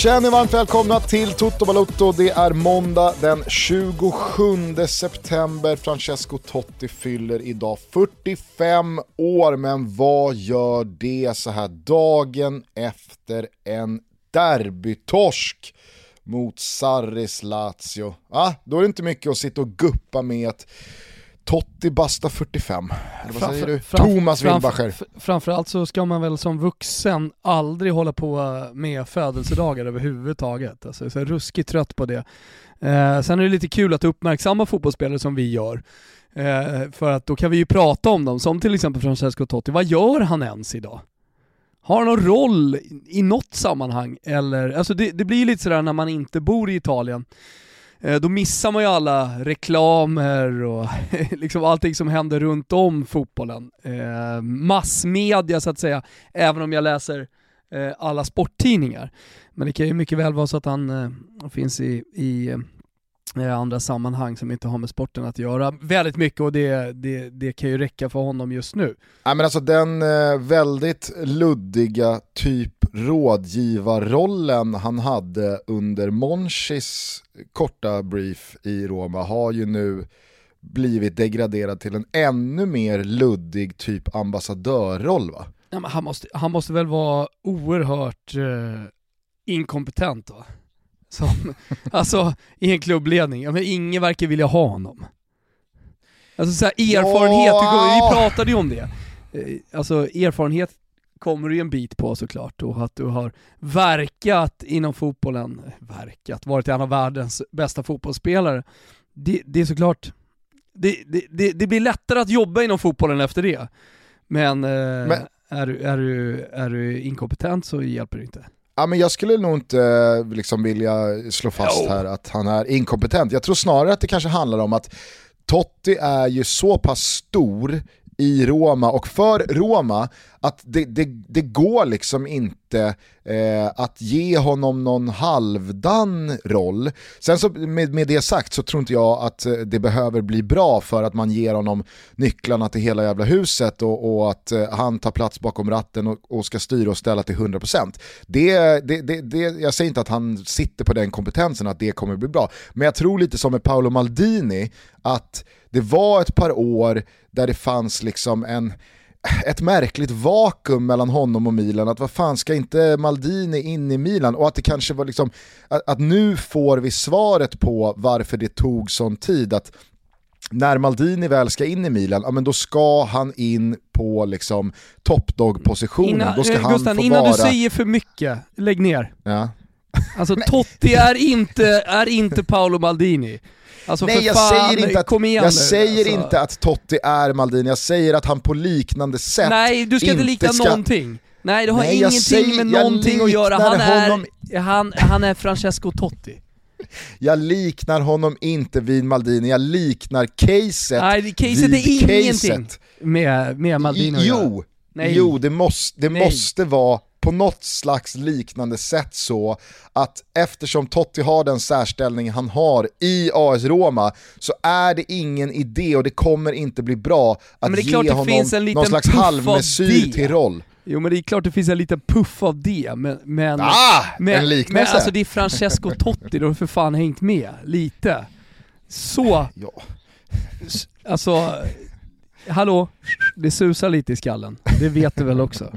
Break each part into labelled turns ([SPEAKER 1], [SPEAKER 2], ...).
[SPEAKER 1] Känner varmt välkomna till Toto Balotto. Det är måndag den 27 september. Francesco Totti fyller idag 45 år. Men vad gör det så här dagen efter en derbytorsk mot Sarris Lazio? Då är det inte mycket att sitta och guppa med att Totti basta 45. Vad säger du? Thomas Wilbacher.
[SPEAKER 2] Framförallt så ska man väl som vuxen aldrig hålla på med födelsedagar överhuvudtaget. Alltså, jag är ruskigt trött på det. Sen är det lite kul att uppmärksamma fotbollsspelare som vi gör. För att då kan vi ju prata om dem. Som till exempel Francesco Totti. Vad gör han ens idag? Har han någon roll i något sammanhang? Eller, alltså det blir lite sådär när man inte bor i Italien. Då missar man ju alla reklamer och liksom allting som händer runt om fotbollen. Massmedia så att säga, även om jag läser alla sporttidningar. Men det kan ju mycket väl vara så att han finns i andra sammanhang som inte har med sporten att göra väldigt mycket, och det kan ju räcka för honom just nu.
[SPEAKER 1] Ja, men alltså den väldigt luddiga typ rådgivarrollen han hade under Monchis korta brief i Roma har ju nu blivit degraderad till en ännu mer luddig typ ambassadörroll, va?
[SPEAKER 2] Ja, men han måste väl vara oerhört inkompetent, va? Alltså i en klubbledning. Ja, men ingen verkar vilja ha honom. Alltså så här, erfarenhet, vi pratade ju om det. Alltså erfarenhet kommer du ju en bit på såklart, och att du har verkat inom fotbollen, varit en av världens bästa fotbollsspelare. Det är såklart det blir lättare att jobba inom fotbollen efter det. Men är du inkompetent så hjälper det inte.
[SPEAKER 1] Ja, men jag skulle nog inte liksom vilja slå fast här att han är inkompetent. Jag tror snarare att det kanske handlar om att Totti är ju så pass stor i Roma och för Roma att det går liksom inte att ge honom någon halvdan roll. Sen så med det sagt så tror inte jag att det behöver bli bra för att man ger honom nycklarna till hela jävla huset och att han tar plats bakom ratten och ska styra och ställa till 100%. Jag säger inte att han sitter på den kompetensen att det kommer bli bra. Men jag tror lite som med Paolo Maldini att det var ett par år där det fanns liksom ett märkligt vakuum mellan honom och Milan, att vad fan ska inte Maldini in i Milan, och att det kanske var liksom att nu får vi svaret på varför det tog sån tid, att när Maldini väl ska in i Milan, ja, men då ska han in på liksom toppdog-positionen. Då ska han
[SPEAKER 2] Gustav,
[SPEAKER 1] få
[SPEAKER 2] innan
[SPEAKER 1] vara...
[SPEAKER 2] du säger för mycket, lägg ner.
[SPEAKER 1] Ja.
[SPEAKER 2] Alltså Totti är inte Paolo Maldini. Alltså,
[SPEAKER 1] nej, jag säger inte att Totti är Maldini. Jag säger att han på liknande sätt.
[SPEAKER 2] Nej, du ska inte likna någonting. Nej, det har ingenting med någonting att göra. Han är Francesco Totti.
[SPEAKER 1] Jag liknar honom inte vid Maldini. Jag liknar caset.
[SPEAKER 2] Nej, caset är ingenting med Maldini att göra.
[SPEAKER 1] Jo, det måste vara på något slags liknande sätt så att eftersom Totti har den särställning han har i AS Roma så är det ingen idé och det kommer inte bli bra att ge honom någon slags halvmesyr till roll.
[SPEAKER 2] Jo, men det är klart det finns en liten puff av det, men
[SPEAKER 1] en liknelse.
[SPEAKER 2] Men alltså det är Francesco Totti, då har för fan hängt med lite. Så
[SPEAKER 1] ja.
[SPEAKER 2] Alltså hallå, det susar lite i skallen. Det vet du väl också.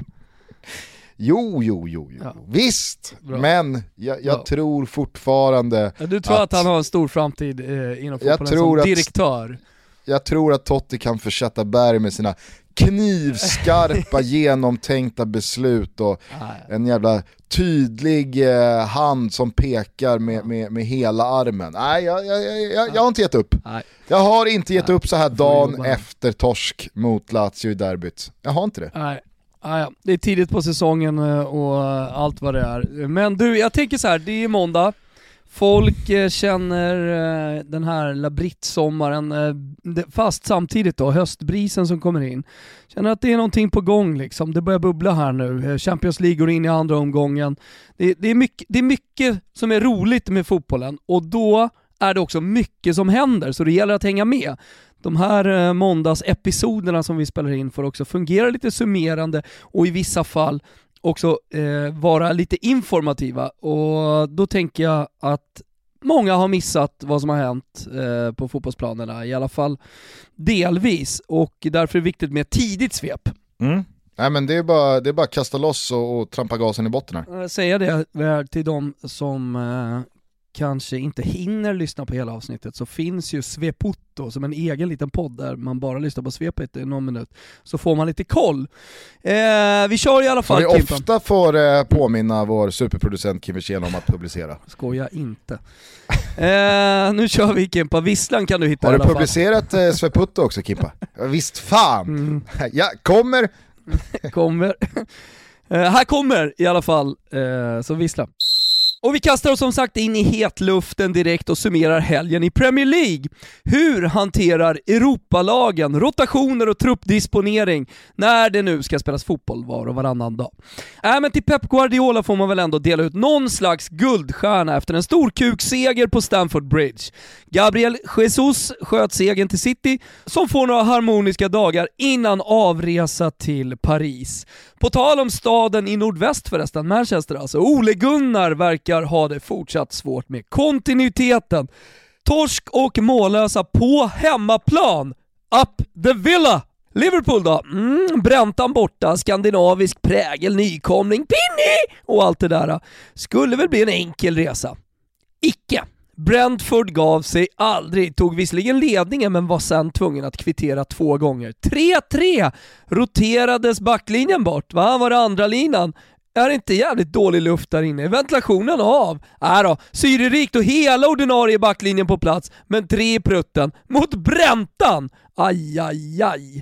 [SPEAKER 1] Jo. Ja. Visst, bra. Men jag tror fortfarande
[SPEAKER 2] du tror att han har en stor framtid inom fotbollen som direktör.
[SPEAKER 1] Jag tror att Totti kan försätta berg med sina knivskarpa genomtänkta beslut och en jävla tydlig hand som pekar med hela armen. Nej, jag har inte gett upp. Jag har inte gett upp så här dagen efter torsk mot Lazio i derbyt. Jag har inte det.
[SPEAKER 2] Nej. Ja, det är tidigt på säsongen och allt vad det är. Men du, jag tänker så här, det är måndag. Folk känner den här labrittsommaren, fast samtidigt då, höstbrisen som kommer in. Känner att det är någonting på gång liksom. Det börjar bubbla här nu. Champions League går in i andra omgången. Det är mycket som är roligt med fotbollen, och då är det också mycket som händer, så det gäller att hänga med. De här måndagsepisoderna som vi spelar in får också fungera lite summerande och i vissa fall också vara lite informativa, och då tänker jag att många har missat vad som har hänt på fotbollsplanerna, i alla fall delvis, och därför är det viktigt med ett tidigt svep.
[SPEAKER 1] Nej, men det är bara att kasta loss och trampa gasen i botten här.
[SPEAKER 2] Jag säger det till de som kanske inte hinner lyssna på hela avsnittet, så finns ju Sveputto som en egen liten podd där man bara lyssnar på svepet i någon minut, så får man lite koll. Vi kör i alla fall.
[SPEAKER 1] Vi ofta får påminna vår superproducent Kim Wirsén om att publicera.
[SPEAKER 2] Skoja inte. Nu kör vi, Kimpa. Visslan kan du hitta.
[SPEAKER 1] Har du publicerat Sveputto också, Kimpa? Visst fan. Ja, kommer.
[SPEAKER 2] Här kommer i alla fall så visslan. Och vi kastar oss som sagt in i hetluften direkt och summerar helgen i Premier League. Hur hanterar Europalagen rotationer och truppdisponering när det nu ska spelas fotboll var och varannan dag? Men till Pep Guardiola får man väl ändå dela ut någon slags guldstjärna efter en stor kukseger på Stamford Bridge. Gabriel Jesus sköt segern till City, som får några harmoniska dagar innan avresa till Paris. På tal om staden i nordväst förresten, Manchester alltså, Ole Gunnar verkar ha det fortsatt svårt med kontinuiteten. Torsk och mållösa på hemmaplan. Up the Villa. Liverpool då? Bräntan borta, skandinavisk prägel, nykomling, Pinny och allt det där. Skulle väl bli en enkel resa. Icke. Brentford gav sig aldrig, tog visserligen ledningen men var sen tvungen att kvittera 2 gånger. 3-3 roterades backlinjen bort, va? Var det andra linan? Är det inte jävligt dålig luft där inne? Ventilationen av? Syrerikt och hela ordinarie backlinjen på plats, men 3 i prutten mot Bräntan. Aj.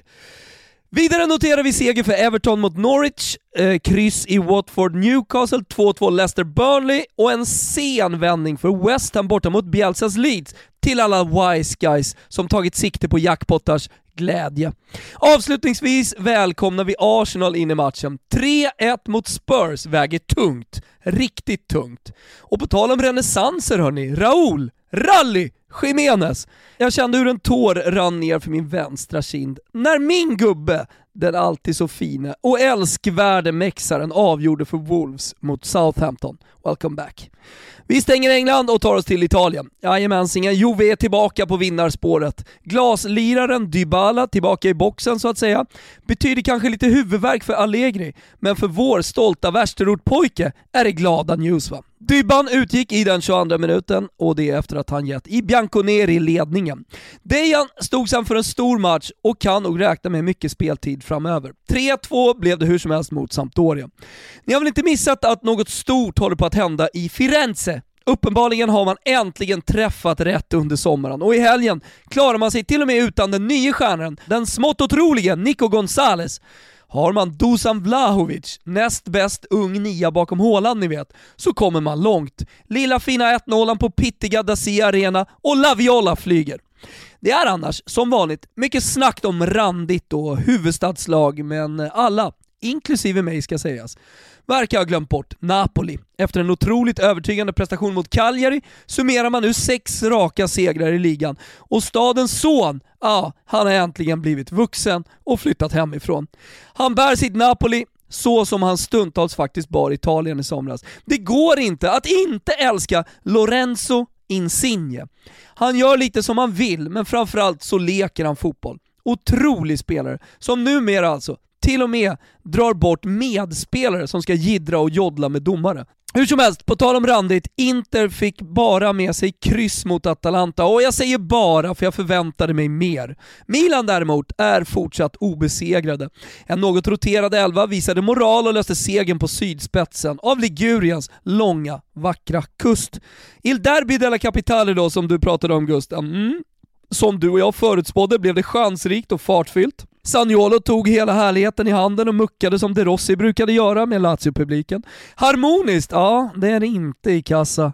[SPEAKER 2] Vidare noterar vi seger för Everton mot Norwich, kryss i Watford Newcastle, 2-2 Leicester Burnley och en sen vändning för West Ham borta mot Bielsas Leeds, till alla wise guys som tagit sikte på jackpottars glädje. Avslutningsvis välkomnar vi Arsenal in i matchen. 3-1 mot Spurs väger tungt, riktigt tungt. Och på tal om renässanser hörni, Raúl, Rally, Jiménez. Jag kände hur en tår rann ner för min vänstra kind när min gubbe, den alltid så fina och älskvärde mexaren, avgjorde för Wolves mot Southampton. Welcome back. Vi stänger England och tar oss till Italien. Jajamensingen, Juve är tillbaka på vinnarspåret. Glasliraren Dybala tillbaka i boxen så att säga. Betyder kanske lite huvudvärk för Allegri, men för vår stolta värsterortpojke är det glada news va. Dybban utgick i den 22 minuten och det efter att han gett i Bianconeri ledningen. Dejan stod sen för en stor match och kan nog räkna med mycket speltid framöver. 3-2 blev det hur som helst mot Sampdoria. Ni har väl inte missat att något stort håller på att hända i Firenze? Uppenbarligen har man äntligen träffat rätt under sommaren och i helgen klarar man sig till och med utan den nya stjärnan, den smått otroliga Nico González. Har man Dusan Vlahovic, näst bäst ung nia bakom Haaland ni vet, så kommer man långt. Lilla fina 1-0 på pittiga Dacia Arena och La Viola flyger. Det är annars, som vanligt, mycket snack om randigt och huvudstadslag, men alla, inklusive mig ska sägas, verkar ha glömt bort Napoli. Efter en otroligt övertygande prestation mot Cagliari summerar man nu 6 raka segrar i ligan. Och stadens son, han har äntligen blivit vuxen och flyttat hemifrån. Han bär sitt Napoli så som han stundtals faktiskt bar Italien i somras. Det går inte att inte älska Lorenzo Insigne. Han gör lite som han vill, men framförallt så leker han fotboll. Otrolig spelare, som numera alltså till och med drar bort medspelare som ska jiddra och joddla med domare. Hur som helst, på tal om randigt, Inter fick bara med sig kryss mot Atalanta, och jag säger bara för jag förväntade mig mer. Milan däremot är fortsatt obesegrade. En något roterad elva visade moral och löste segern på sydspetsen av Liguriens långa, vackra kust. Il Derby della Capitale då, som du pratade om Gustav. Som du och jag förutspådde blev det chansrikt och fartfyllt. Zaniolo tog hela härligheten i handen och muckade som De Rossi brukade göra med Lazio-publiken. Harmoniskt, det är det inte i kassa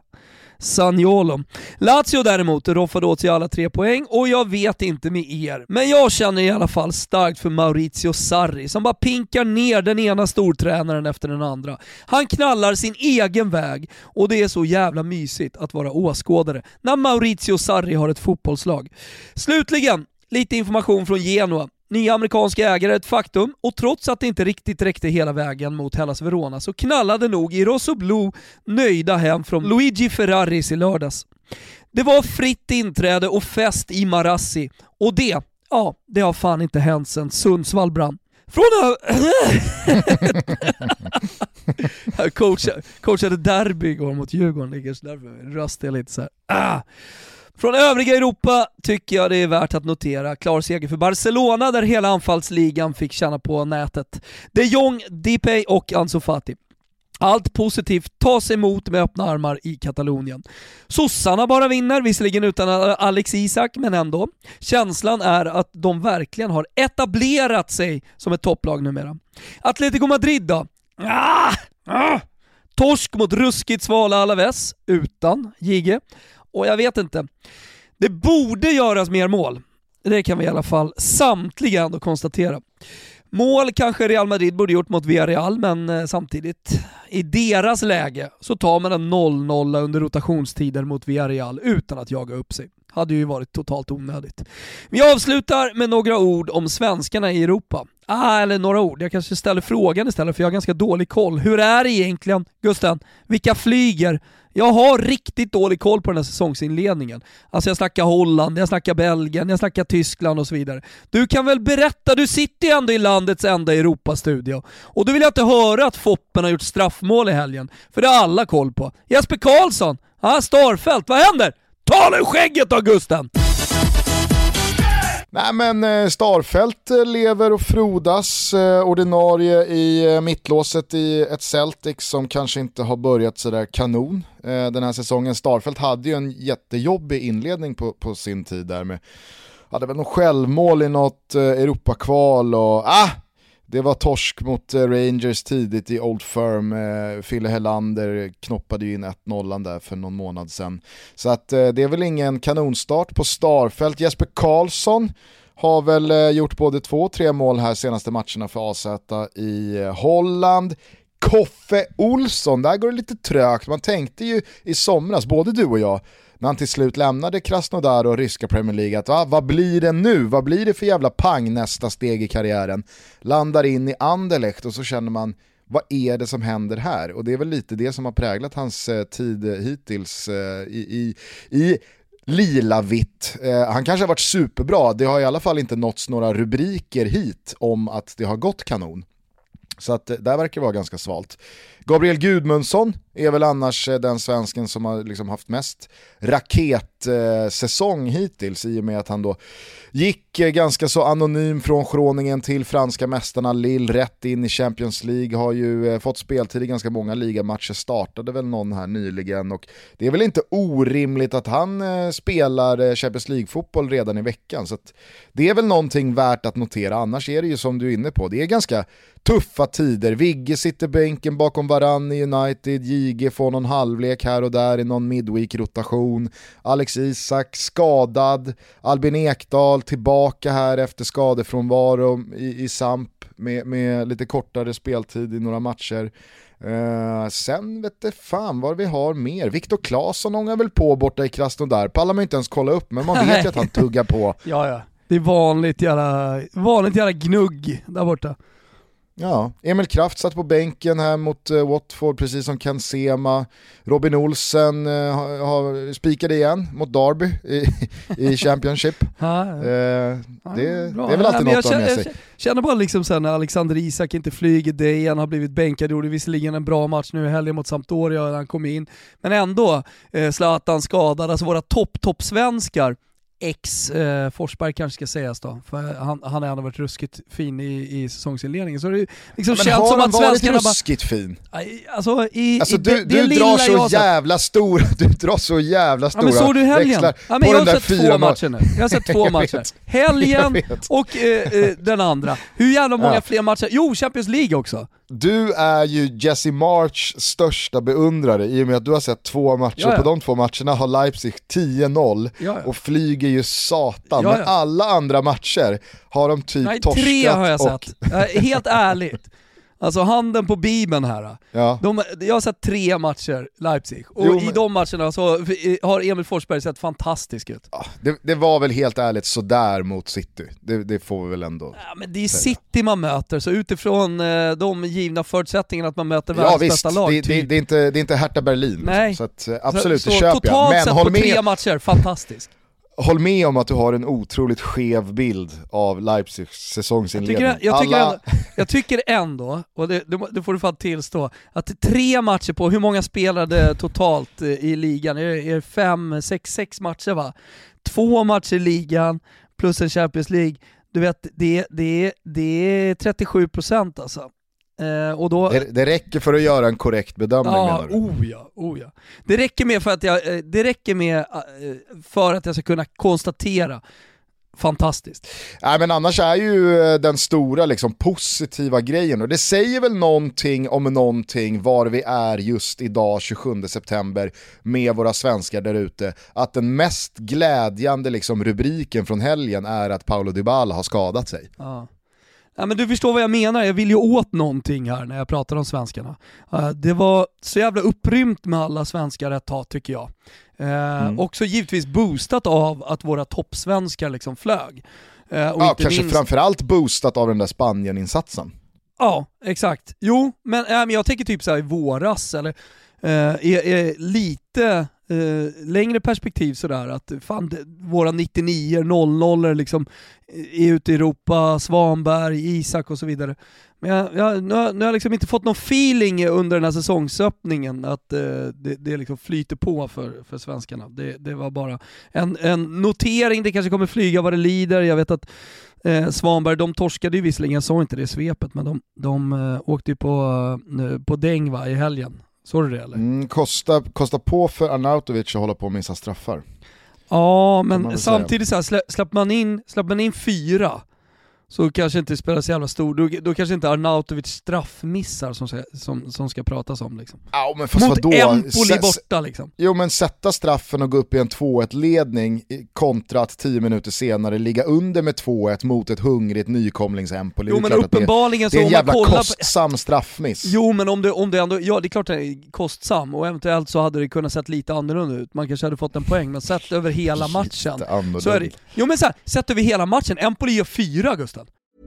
[SPEAKER 2] Zaniolo. Lazio däremot roffade åt sig alla 3 poäng, och jag vet inte med er, men jag känner i alla fall starkt för Maurizio Sarri som bara pinkar ner den ena stortränaren efter den andra. Han knallar sin egen väg, och det är så jävla mysigt att vara åskådare när Maurizio Sarri har ett fotbollslag. Slutligen, lite information från Genoa. nya amerikanska ägare är ett faktum, och trots att det inte riktigt räckte hela vägen mot Hellas Verona så knallade nog i Rosso Blu nöjda hem från Luigi Ferraris i lördags. Det var fritt inträde och fest i Marassi, och det har fan inte hänt sedan Sundsvall brann. Jag coachade derby igår mot Djurgården, ligger så därför röstar jag lite så här. Från övriga Europa tycker jag det är värt att notera klar seger för Barcelona, där hela anfallsligan fick känna på nätet. De Jong, Depay och Ansu Fati. Allt positivt tas emot med öppna armar i Katalonien. Sossarna bara vinner, visserligen utan Alex Isak, men ändå. Känslan är att de verkligen har etablerat sig som ett topplag numera. Atletico Madrid då? Torsk mot ruskigt svala Alaves utan Jige. Och jag vet inte. Det borde göras mer mål. Det kan vi i alla fall samtliga ändå konstatera. Mål kanske Real Madrid borde gjort mot Villarreal, men samtidigt i deras läge så tar man en 0-0 under rotationstider mot Villarreal utan att jaga upp sig. Hade ju varit totalt onödigt. Vi avslutar med några ord om svenskarna i Europa. Eller några ord. Jag kanske ställer frågan istället, för jag har ganska dålig koll. Hur är det egentligen, Gusten? Vilka flyger? Jag har riktigt dålig koll på den här säsongsinledningen. Alltså jag snackar Holland, jag snackar Belgien, jag snackar Tyskland och så vidare. Du kan väl berätta, du sitter ju ändå i landets enda Europastudio. Och då vill jag inte höra att Foppen har gjort straffmål i helgen. För det har alla koll på. Jesper Karlsson, Starfelt, vad händer? Ta nu skägget då, Gusten!
[SPEAKER 1] Nej, men Starfelt lever och frodas, ordinarie i mittlåset i ett Celtic som kanske inte har börjat så där kanon den här säsongen. Starfelt hade ju en jättejobbig inledning på sin tid där med, hade väl någon självmål i något Europakval och det var torsk mot Rangers tidigt i Old Firm. Fille Hellander knoppade ju in 1-0 där för någon månad sedan. Så att det är väl ingen kanonstart på Starfelt. Jesper Karlsson har väl gjort både 2 och 3 mål här senaste matcherna för AZ i Holland. Koffe Olsson, där går det lite trögt. Man tänkte ju i somras, både du och jag, när han till slut lämnade Krasnodar och ryska Premier League, att vad blir det nu? Vad blir det för jävla pang nästa steg i karriären? Landar in i Anderlecht och så känner man, vad är det som händer här? Och det är väl lite det som har präglat hans tid hittills i lila-vitt. Han kanske har varit superbra, det har i alla fall inte nåtts några rubriker hit om att det har gått kanon. Så att där verkar det vara ganska svalt. Gabriel Gudmundsson är väl annars den svensken som har liksom haft mest raketsäsong hittills, i och med att han då gick ganska så anonym från Groningen till franska mästarna Lille, rätt in i Champions League, har ju fått speltid i ganska många ligamatcher, startade väl någon här nyligen, och det är väl inte orimligt att han spelar Champions League-fotboll redan i veckan, så att det är väl någonting värt att notera. Annars är det ju som du är inne på, det är ganska tuffa tider. Vigge sitter bänken bakom Varane i United, JG får någon halvlek här och där i någon midweek-rotation, Alex Isak skadad, Albin Ekdal tillbaka här efter skadefrånvaro i Samp med lite kortare speltid i några matcher. Sen vet det fan vad vi har mer. Viktor Claesson ångar väl på borta i Krasnodar, pallar man inte ens kolla upp, men man vet ju att han tuggar på.
[SPEAKER 2] Ja. Det är vanligt jävla gnugg där borta.
[SPEAKER 1] Ja, Emil Kraft satt på bänken här mot Watford, precis som Ken Sema. Robin Olsen har spikat igen mot Derby i Championship. Det är väl alltid något att ha med sig.
[SPEAKER 2] Jag känner bara liksom sen när Alexander Isak inte flyger dig, han har blivit bänkad, gjorde visserligen en bra match nu i helgen mot Sampdoria när han kom in. Men ändå, Zlatan skadad, alltså våra topp-svenskar. Forsberg kanske ska sägas då, för han har ändå varit ruskigt fin i säsongsinledningen, så det liksom
[SPEAKER 1] men
[SPEAKER 2] känns som att svenskarna
[SPEAKER 1] ruskigt fin?
[SPEAKER 2] Alltså
[SPEAKER 1] du drar så jävla stora
[SPEAKER 2] men såg du helgen?
[SPEAKER 1] Jag har sett
[SPEAKER 2] 2 matcher nu. Jag har sett 2 matcher. Helgen och den andra. Hur jävla många fler matcher? Jo, Champions League också.
[SPEAKER 1] Du är ju Jesse March största beundrare, i och med att du har sett 2 matcher. På de 2 matcherna har Leipzig 10-0 och flyger ju satan. Men alla andra matcher har de typ torskat.
[SPEAKER 2] 3 har jag sett. Helt ärligt. Alltså handen på Bibeln här.
[SPEAKER 1] Ja.
[SPEAKER 2] Jag har sett 3 matcher Leipzig och i de matcherna så har Emil Forsberg sett fantastisk ut.
[SPEAKER 1] Ja, det var väl helt ärligt sådär mot City. Det får vi väl ändå.
[SPEAKER 2] Ja, men det är City man möter, så utifrån de givna förutsättningarna att man möter världens bästa lag.
[SPEAKER 1] Det är inte Hertha Berlin.
[SPEAKER 2] Nej.
[SPEAKER 1] Så att, absolut,
[SPEAKER 2] så
[SPEAKER 1] det köper
[SPEAKER 2] totalt
[SPEAKER 1] jag. Men
[SPEAKER 2] sett på 3 matcher, fantastiskt.
[SPEAKER 1] Håll med om att du har en otroligt skev bild av Leipzigs säsongsinledning.
[SPEAKER 2] Jag tycker ändå, och det får du fan tillstå, att 3 matcher på, hur många spelade totalt i ligan? Är det 5, 6 matcher va? 2 matcher i ligan plus en Champions League. Du vet, det är 37% alltså. Och då,
[SPEAKER 1] det räcker för att göra en korrekt bedömning, menar du?
[SPEAKER 2] Oh ja. Det räcker med för att jag ska kunna konstatera fantastiskt.
[SPEAKER 1] Nej, men annars är ju den stora liksom positiva grejen, och det säger väl någonting om någonting var vi är just idag 27 september med våra svenskar där ute, att den mest glädjande liksom rubriken från helgen är att Paulo Dybala har skadat sig.
[SPEAKER 2] Ja. Ja, men du förstår vad jag menar, jag vill ju åt någonting här när jag pratar om svenskarna. Det var så jävla upprymt med alla svenskar ett tag tycker jag. Också givetvis boostat av att våra toppsvenskar liksom flög. Och inte
[SPEAKER 1] kanske framförallt boostat av den där Spanien-insatsen. Ja,
[SPEAKER 2] exakt. Jo, men jag tänker typ så här i våras, eller är lite längre perspektiv sådär, att fan, våra 99-00 liksom är ute i Europa, Svanberg, Isak och så vidare. Men nu har jag liksom inte fått någon feeling under den här säsongsöppningen att det liksom flyter på för svenskarna. Det var bara en notering, det kanske kommer flyga vad det lider. Jag vet att Svanberg, de torskade ju visserligen, jag sa inte det i svepet, men de åkte ju på däng i helgen. Så är det eller?
[SPEAKER 1] Kosta på för Arnautovic att hålla på och missa straffar.
[SPEAKER 2] Ja, men samtidigt så här, släpper man in 4 så kanske inte spelar så jävla stor. Då kanske inte Arnautovic straffmissar som ska pratas om liksom.
[SPEAKER 1] Ja, men fast
[SPEAKER 2] mot Empoli borta liksom.
[SPEAKER 1] Jo, men sätta straffen och gå upp i en 2-1-ledning kontra att 10 minuter senare ligga under med 2-1 mot ett hungrigt nykomlings Empoli.
[SPEAKER 2] Jo, men uppenbarligen
[SPEAKER 1] det är en jävla kostsam straffmiss.
[SPEAKER 2] Jo, men om det ändå, ja det är klart det är kostsam, och eventuellt så hade det kunnat sett lite annorlunda ut. Man kanske hade fått en poäng, men sett över hela matchen så är det. Jo, men så här, sett över hela matchen, Empoli gör 4, Gustav.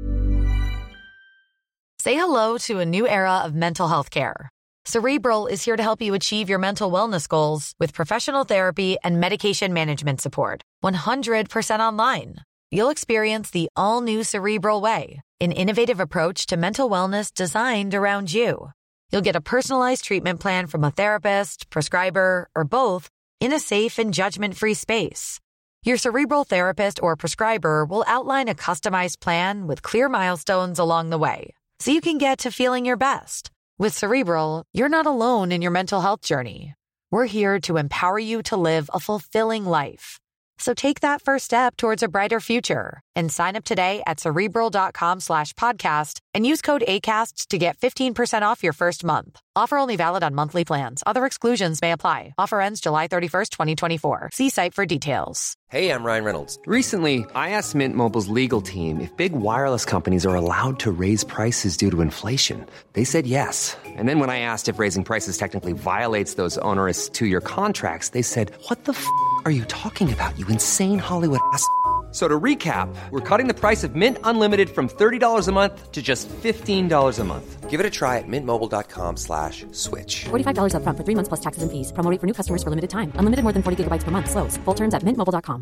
[SPEAKER 3] Say hello to a new era of mental health care. Cerebral is here to help you achieve your mental wellness goals with professional therapy and medication management support. 100% online. You'll experience the all-new Cerebral Way, an innovative approach to mental wellness designed around you. You'll get a personalized treatment plan from a therapist, prescriber, or both in a safe and judgment-free space. Your Cerebral therapist or prescriber will outline a customized plan with clear milestones along the way, so you can get to feeling your best. With Cerebral, you're not alone in your mental health journey. We're here to empower you to live a fulfilling life. So take that first step towards a brighter future and sign up today at Cerebral.com/podcast and use code ACAST to get 15% off your first month. Offer only valid on monthly plans. Other exclusions may apply. Offer ends July 31st, 2024. See site for details.
[SPEAKER 4] Hey, I'm Ryan Reynolds. Recently, I asked Mint Mobile's legal team if big wireless companies are allowed to raise prices due to inflation. They said yes. And then when I asked if raising prices technically violates those onerous 2-year contracts, they said, "What the f*** are you talking about, you insane Hollywood ass?" So to recap, we're cutting the price of Mint Unlimited from $30 a month to just $15 a month. Give it a try at mintmobile.com/switch.
[SPEAKER 5] $45 up front for 3 months plus taxes and fees. Promo rate for new customers for limited time. Unlimited more than 40 gigabytes per month. Slows full terms at mintmobile.com.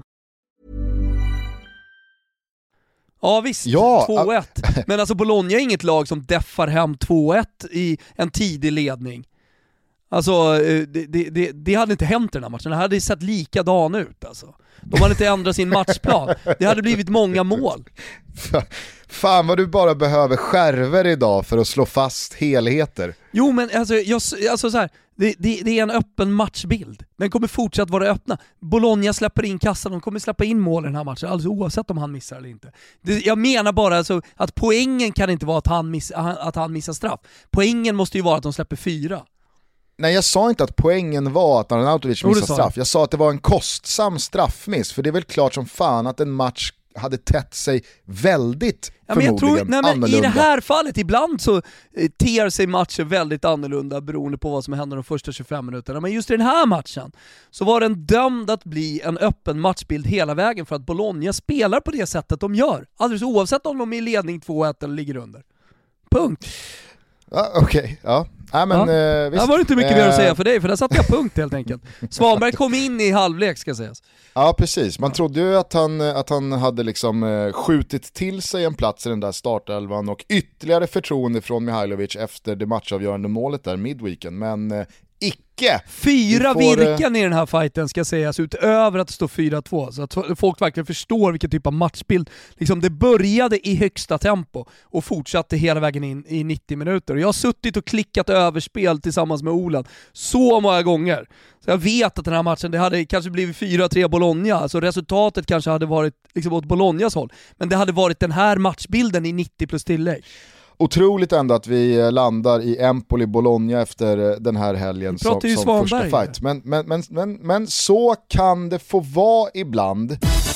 [SPEAKER 2] Ja visst, 2-1. Men alltså Bologna är inget lag som deffar hem 2-1 i en tidig ledning. Alltså det hade inte hänt i den här matchen. Det hade sett likadan ut alltså. De hade inte ändrat sin matchplan. Det hade blivit många mål.
[SPEAKER 1] Fan vad du bara behöver skärver idag för att slå fast helheter.
[SPEAKER 2] Jo, men alltså så här, det är en öppen matchbild. Den kommer fortsatt vara öppna. Bologna släpper in kassan, de kommer släppa in mål i den här matchen, alltså oavsett om han missar eller inte. Jag menar bara alltså att poängen kan inte vara att han missar straff. Poängen måste ju vara att de släpper 4.
[SPEAKER 1] Nej, jag sa inte att poängen var att Arnautovic missade straff. Jag sa att det var en kostsam straffmiss. För det är väl klart som fan att en match hade tätt sig väldigt förmodligen annorlunda.
[SPEAKER 2] I det här fallet, ibland så ter sig matcher väldigt annorlunda beroende på vad som händer de första 25 minuterna. Men just i den här matchen så var den dömd att bli en öppen matchbild hela vägen för att Bologna spelar på det sättet de gör. Alldeles oavsett om de är i ledning 2-1 eller ligger under. Punkt.
[SPEAKER 1] Okej, ja. Nej, men, visst.
[SPEAKER 2] Det var inte mycket mer att säga för dig, för där satte jag punkt helt enkelt. Svanberg kom in i halvlek ska sägas.
[SPEAKER 1] Ja, precis. Man trodde ju att han hade liksom skjutit till sig en plats i den där startelvan och ytterligare förtroende från Mihailovic efter det matchavgörande målet där midweeken, men icke.
[SPEAKER 2] 4 virken i den här fighten ska sägas, utöver att det står 4-2, så att folk verkligen förstår vilken typ av matchbild. Liksom det började i högsta tempo och fortsatte hela vägen in i 90 minuter. Jag har suttit och klickat överspel tillsammans med Olan så många gånger. Så jag vet att den här matchen, det hade kanske blivit 4-3 Bologna, alltså resultatet kanske hade varit liksom åt Bolognas håll, men det hade varit den här matchbilden i 90 plus tillägg.
[SPEAKER 1] Otroligt ändå att vi landar i Empoli-Bologna efter den här helgen som första fight. Men så kan det få vara ibland.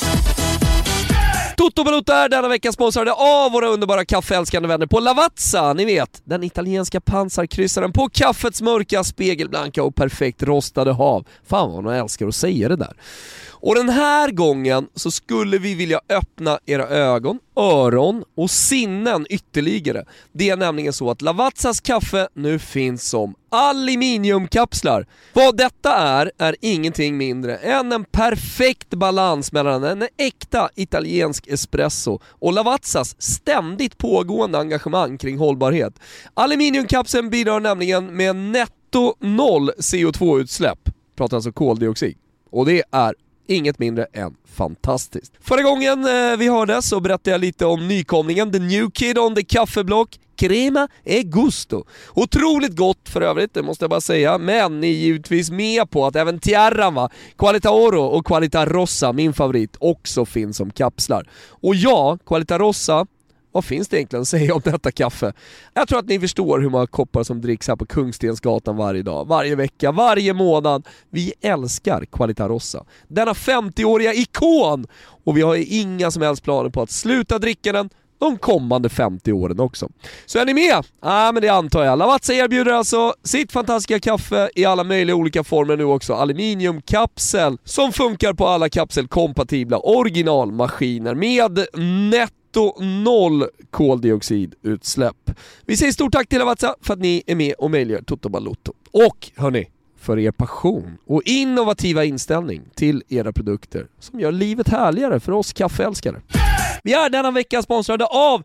[SPEAKER 6] Toto Balotto är denna vecka sponsrade av våra underbara kaffeälskande vänner på Lavazza. Ni vet, den italienska pansarkryssaren på kaffets mörka, spegelblanka och perfekt rostade hav. Fan vad man älskar att säga det där. Och den här gången så skulle vi vilja öppna era ögon, öron och sinnen ytterligare. Det är nämligen så att Lavazzas kaffe nu finns som aluminiumkapslar. Vad detta är ingenting mindre än en perfekt balans mellan en äkta italiensk espresso och Lavazzas ständigt pågående engagemang kring hållbarhet. Aluminiumkapseln bidrar nämligen med netto 0 CO2-utsläpp. Pratar alltså koldioxid. Och det är inget mindre än fantastiskt. Förra gången vi hördes så berättade jag lite om nykomlingen The New Kid on the Kaffeblock, Crema e Gusto. Otroligt gott för övrigt, det måste jag bara säga. Men ni är givetvis med på att även Tiarra, Qualità Oro och Qualità Rossa, min favorit, också finns som kapslar. Och ja, Qualità Rossa, vad finns det egentligen att säga om detta kaffe? Jag tror att ni förstår hur många koppar som dricks här på Kungstensgatan varje dag, varje vecka, varje månad. Vi älskar Qualità Rossa, denna 50-åriga ikon. Och vi har inga som helst planer på att sluta dricka den de kommande 50 åren också. Så är ni med? Ja, men det antar jag. Lavazza erbjuder alltså sitt fantastiska kaffe i alla möjliga olika former nu också. Aluminiumkapsel som funkar på alla kapselkompatibla originalmaskiner med netto 0 koldioxidutsläpp. Vi säger stort tack till Lavazza för att ni är med och möjliggör Toto Balotto. Och hörni, för er passion och innovativa inställning till era produkter som gör livet härligare för oss kaffeälskare. Vi är denna vecka sponsrade av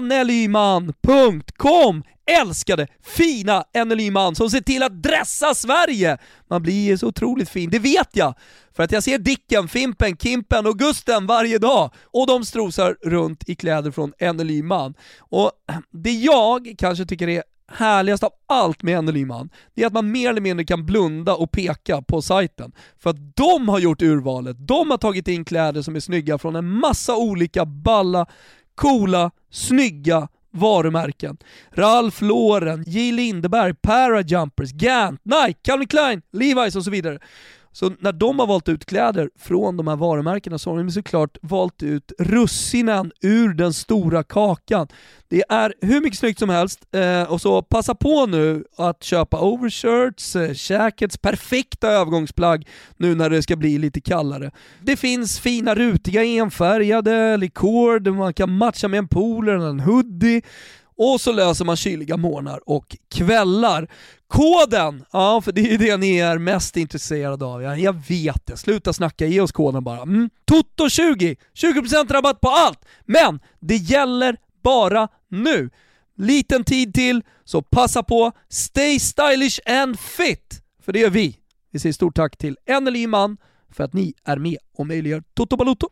[SPEAKER 6] nlyman.com. Älskade, fina NLY-man som ser till att dressa Sverige. Man blir så otroligt fin, det vet jag. För att jag ser Dicken, Fimpen, Kimpen och Gusten varje dag. Och de strosar runt i kläder från NLY-man. Och det jag kanske tycker är härligast av allt med NLY-man, det är att man mer eller mindre kan blunda och peka på sajten. För att de har gjort urvalet. De har tagit in kläder som är snygga från en massa olika balla, coola, snygga varumärken. Ralph Lauren, J. Lindeberg, Parajumpers, Gant, Nike, Calvin Klein, Levi's och så vidare. Så när de har valt ut kläder från de här varumärkena så har de såklart valt ut russinen ur den stora kakan. Det är hur mycket snyggt som helst och så passa på nu att köpa overshirts, jackets, perfekta övergångsplagg nu när det ska bli lite kallare. Det finns fina rutiga enfärgade likord, man kan matcha med en polo eller en hoodie. Och så löser man kyliga morgnar och kvällar. Koden, ja för det är ju det ni är mest intresserade av. Jag vet det, sluta snacka, ge oss koden bara. Toto20, 20% rabatt på allt. Men det gäller bara nu. Liten tid till, så passa på. Stay stylish and fit. För det gör vi. Vi säger stort tack till NLY-man för att ni är med och möjliggör Toto Balotto.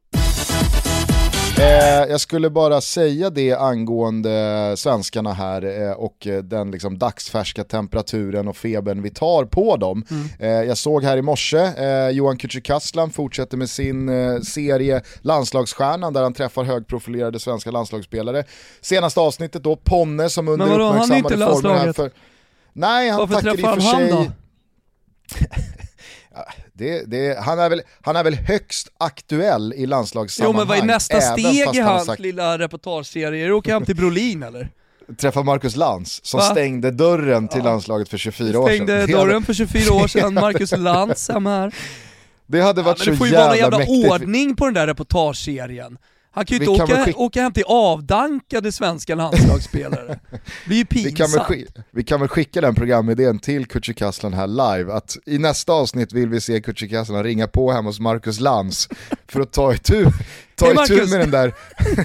[SPEAKER 1] Jag skulle bara säga det angående svenskarna här och den liksom dagsfärska temperaturen och febern vi tar på dem. Jag såg här i morse Johan Kücükaslan fortsätter med sin serie Landslagsstjärnan där han träffar högprofilerade svenska landslagsspelare. Senaste avsnittet då Ponne som under uppmärksammade former här för... Nej, han tackade i och för sig... Han är väl högst aktuell i landslagssammanhang.
[SPEAKER 2] Jo, men vad är nästa steg i hans
[SPEAKER 1] sagt...
[SPEAKER 2] lilla reportageserie? Åka hem till Brolin eller?
[SPEAKER 1] Träffa Marcus Lantz som stängde dörren till landslaget för 24 år sedan.
[SPEAKER 2] Stängde dörren för 24 år sedan, Marcus Lantz här.
[SPEAKER 1] Det hade varit så jävla mäktigt.
[SPEAKER 2] Det får ju vara en jävla ordning på den där reportageserien. Han kan ju inte åka hem till avdankade svenska landslagsspelare. Det är ju pinsamt.
[SPEAKER 1] Vi kan väl skicka den programidén till Kücükaslan här live, att i nästa avsnitt vill vi se Kücükaslan ringa på hem hos Marcus Lantz för att ta itu med den där...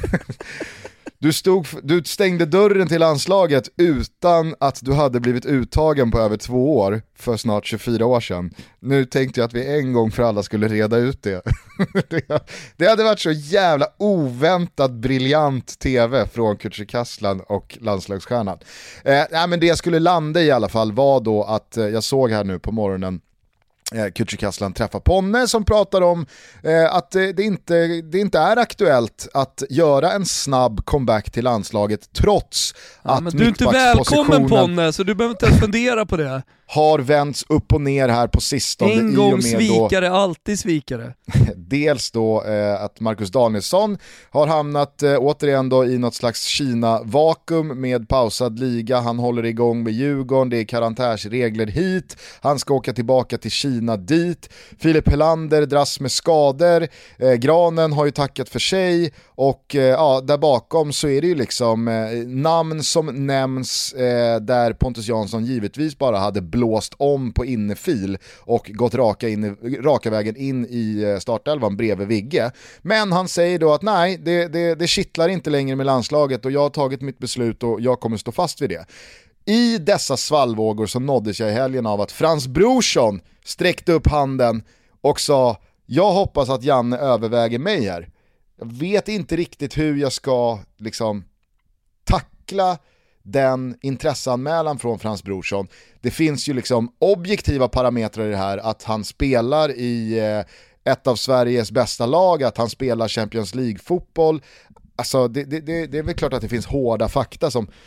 [SPEAKER 1] Du stängde dörren till landslaget utan att du hade blivit uttagen på över 2 år för snart 24 år sedan. Nu tänkte jag att vi en gång för alla skulle reda ut det. Det hade varit så jävla oväntat briljant tv från Kücükaslan och landslagsstjärnan. Men det jag skulle landa i alla fall var då att jag såg här nu på morgonen Kücükaslan träffar Ponne som pratar om att det inte är aktuellt att göra en snabb comeback till landslaget trots att
[SPEAKER 2] men du är inte välkommen Ponne, så du behöver inte ens fundera på det.
[SPEAKER 1] Har vänts upp och ner här på sistone.
[SPEAKER 2] En gång svikare, alltid svikare.
[SPEAKER 1] Dels då att Marcus Danielsson har hamnat återigen då i något slags Kina-vakuum med pausad liga. Han håller igång med Djurgården, det är karantärsregler hit. Han ska åka tillbaka till Kina dit. Filip Helander dras med skador. Granen har ju tackat för sig. Och där bakom så är det ju liksom namn som nämns där Pontus Jansson givetvis bara hade blåst om på innefil och gått raka vägen in i startelvan bredvid Vigge. Men han säger då att nej, det kittlar inte längre med landslaget och jag har tagit mitt beslut och jag kommer stå fast vid det. I dessa svallvågor så nåddes jag i helgen av att Frans Brorsson sträckte upp handen och sa: jag hoppas att Janne överväger mig här. Jag vet inte riktigt hur jag ska liksom tackla den intresseanmälan från Frans Brorsson. Det finns ju liksom objektiva parametrar i det här, att han spelar i ett av Sveriges bästa lag, att han spelar Champions League-fotboll. Alltså det är väl klart att det finns hårda fakta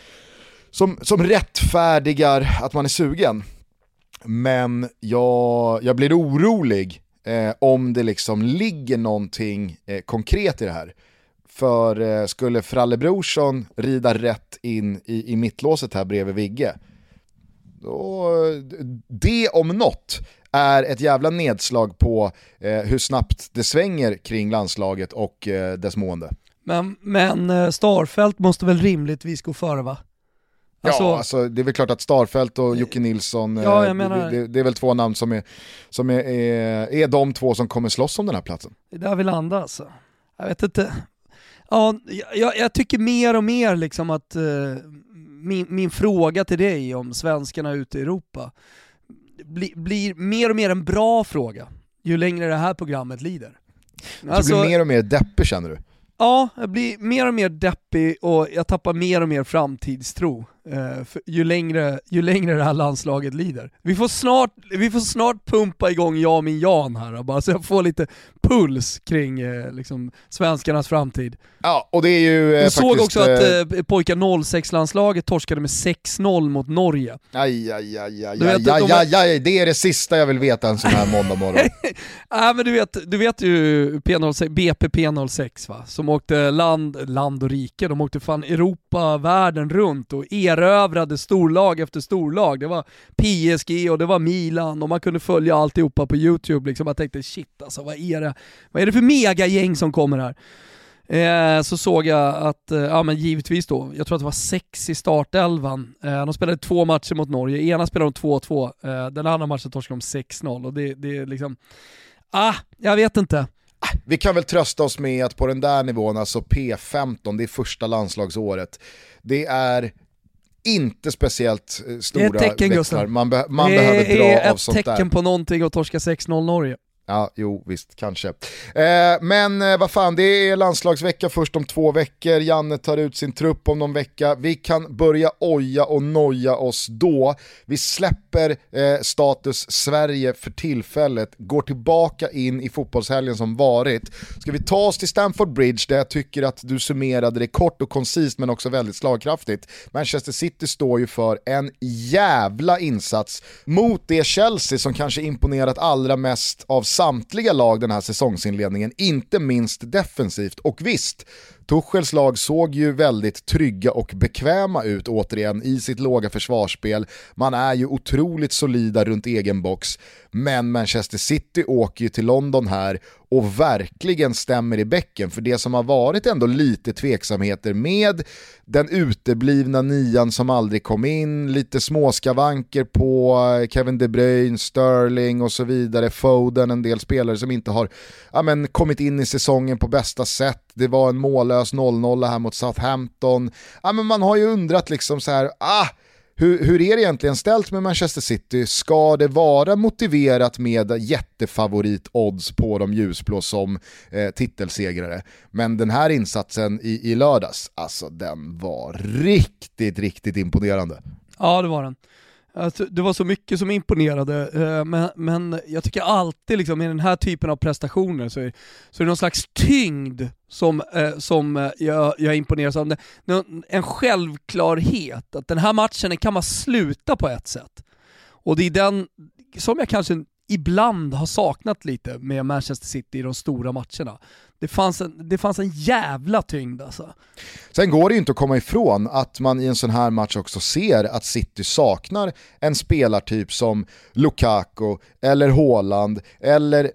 [SPEAKER 1] som rättfärdigar att man är sugen. Men jag blir orolig om det liksom ligger någonting konkret i det här. För skulle Fralle Brorsson rida rätt in i mittlåset här bredvid Vigge, då, det om något är ett jävla nedslag på hur snabbt det svänger kring landslaget och dess mående.
[SPEAKER 2] Men Starfelt måste väl rimligtvis gå före, va?
[SPEAKER 1] Alltså, det är väl klart att Starfelt och Jocke Nilsson, det är väl 2 namn som är de 2 som kommer slåss om den här platsen.
[SPEAKER 2] Det är där vi landar alltså. Jag vet inte. Ja, jag tycker mer och mer liksom att min fråga till dig om svenskarna ute i Europa blir mer och mer en bra fråga ju längre det här programmet lider.
[SPEAKER 1] Alltså, du blir mer och mer deppig, känner du? Ja,
[SPEAKER 2] jag blir mer och mer deppig och jag tappar mer och mer framtidstro ju längre det här landslaget lider. Vi får snart pumpa igång Jan här bara, så jag får lite puls kring liksom svenskarnas framtid.
[SPEAKER 1] Ja, och det är ju
[SPEAKER 2] jag såg också att pojkar 06-landslaget torskade med 6-0 mot Norge.
[SPEAKER 1] Aj, det är det sista jag vill veta en sån här måndag morgon.
[SPEAKER 2] Ja, men du vet ju BP P06, va? Som åkte land och rike. De åkte fan Europa, världen runt och erövrade storlag efter storlag. Det var PSG och det var Milan och man kunde följa alltihopa på YouTube liksom. Jag tänkte shit alltså, vad är det för megagäng som kommer här? Så såg jag att, men givetvis då, jag tror att det var 6 i startelvan. De spelade 2 matcher mot Norge. Ena spelade de 2-2, den andra matchen torskade de 6-0 och det är liksom, jag vet inte.
[SPEAKER 1] Vi kan väl trösta oss med att på den där nivån, alltså P15, det är första landslagsåret. Det är inte speciellt stora växlar. Man behöver dra av sånt där.
[SPEAKER 2] Det är ett tecken på någonting att torska 6-0 Norge.
[SPEAKER 1] Ja, jo visst, kanske. Men vad fan, det är landslagsvecka först om 2 veckor. Janne tar ut sin trupp om någon vecka. Vi kan börja oja och noja oss då. Vi släpper status Sverige för tillfället, går tillbaka in i fotbollshelgen som varit. Ska vi ta oss till Stamford Bridge, där jag tycker att du summerade det kort och koncist men också väldigt slagkraftigt. Manchester City står ju för en jävla insats mot det Chelsea som kanske imponerat allra mest av samtliga lag den här säsongsinledningen, inte minst defensivt. Och visst, Tuchels lag såg ju väldigt trygga och bekväma ut återigen i sitt låga försvarsspel. Man är ju otroligt solida runt egen box, men Manchester City åker ju till London här och verkligen stämmer i bäcken, för det som har varit ändå lite tveksamheter med den uteblivna nian som aldrig kom in, lite småskavanker på Kevin De Bruyne, Sterling och så vidare, Foden, en del spelare som inte har kommit in i säsongen på bästa sätt. Det var en mållös 0-0 här mot Southampton. Men man har ju undrat liksom så här, hur är det egentligen ställt med Manchester City? Ska det vara motiverat med jättefavorit-odds på de ljusblå som titelsegrare? Men den här insatsen i lördags, alltså den var riktigt, riktigt imponerande.
[SPEAKER 2] Ja, det var den. Alltså, det var så mycket som imponerade, men jag tycker alltid liksom, i den här typen av prestationer så är det någon slags tyngd som jag imponeras av. En självklarhet att den här matchen kan man sluta på ett sätt. Och det är den som jag kanske ibland har saknat lite med Manchester City i de stora matcherna. Det fanns en jävla tyngd alltså.
[SPEAKER 1] Sen går det ju inte att komma ifrån att man i en sån här match också ser att City saknar en spelartyp som Lukaku eller Haaland eller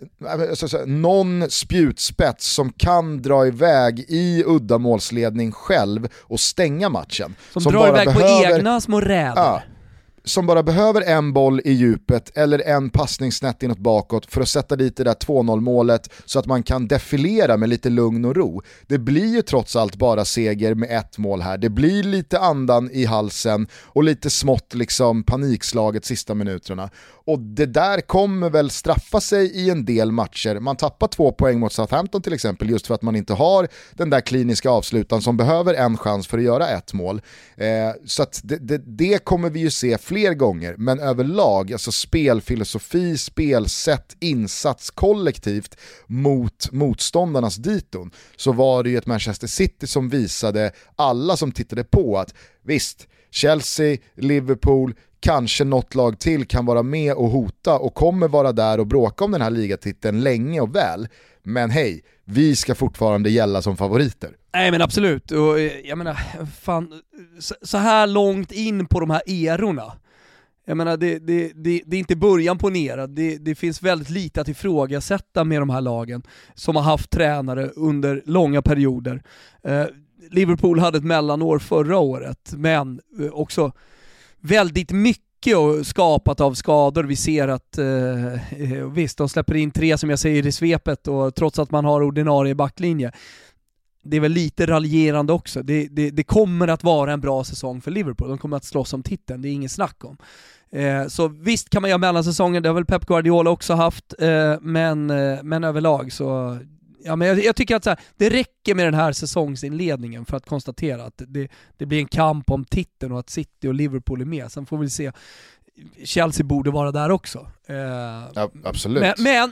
[SPEAKER 1] någon spjutspets som kan dra iväg i uddamålsledning själv och stänga matchen.
[SPEAKER 2] Som drar iväg på egna små räder.
[SPEAKER 1] Ja. Som bara behöver en boll i djupet eller en passning snett inåt bakåt för att sätta dit det där 2-0 målet så att man kan defilera med lite lugn och ro. Det blir ju trots allt bara seger med 1 mål här. Det blir lite andan i halsen och lite smått liksom panikslaget sista minuterna. Och det där kommer väl straffa sig i en del matcher. Man tappar 2 poäng mot Southampton till exempel just för att man inte har den där kliniska avslutan som behöver en chans för att göra 1 mål. Så att det kommer vi ju se fler gånger, men överlag, alltså spelfilosofi, spelsätt, insats kollektivt mot motståndarnas diton, så var det ju ett Manchester City som visade alla som tittade på att visst, Chelsea, Liverpool, kanske något lag till kan vara med och hota och kommer vara där och bråka om den här ligatiteln länge och väl. Men hej, vi ska fortfarande gälla som favoriter.
[SPEAKER 2] Nej men absolut, och jag menar, fan, så här långt in på de här erorna, jag menar, det är inte början på en era. Det finns väldigt lite att ifrågasätta med de här lagen som har haft tränare under långa perioder. Liverpool hade ett mellanår förra året, men också väldigt mycket skapat av skador. Vi ser att visst, de släpper in 3 som jag säger i svepet, och trots att man har ordinarie backlinje. Det är väl lite raljerande också. Det kommer att vara en bra säsong för Liverpool. De kommer att slåss om titeln, det är inget snack om. Så visst kan man göra mellansäsongen, det har väl Pep Guardiola också haft, men överlag så... Ja, men jag tycker att så här, det räcker med den här säsongsinledningen för att konstatera att det blir en kamp om titeln och att City och Liverpool är med. Sen får vi se, Chelsea borde vara där också.
[SPEAKER 1] Ja, absolut.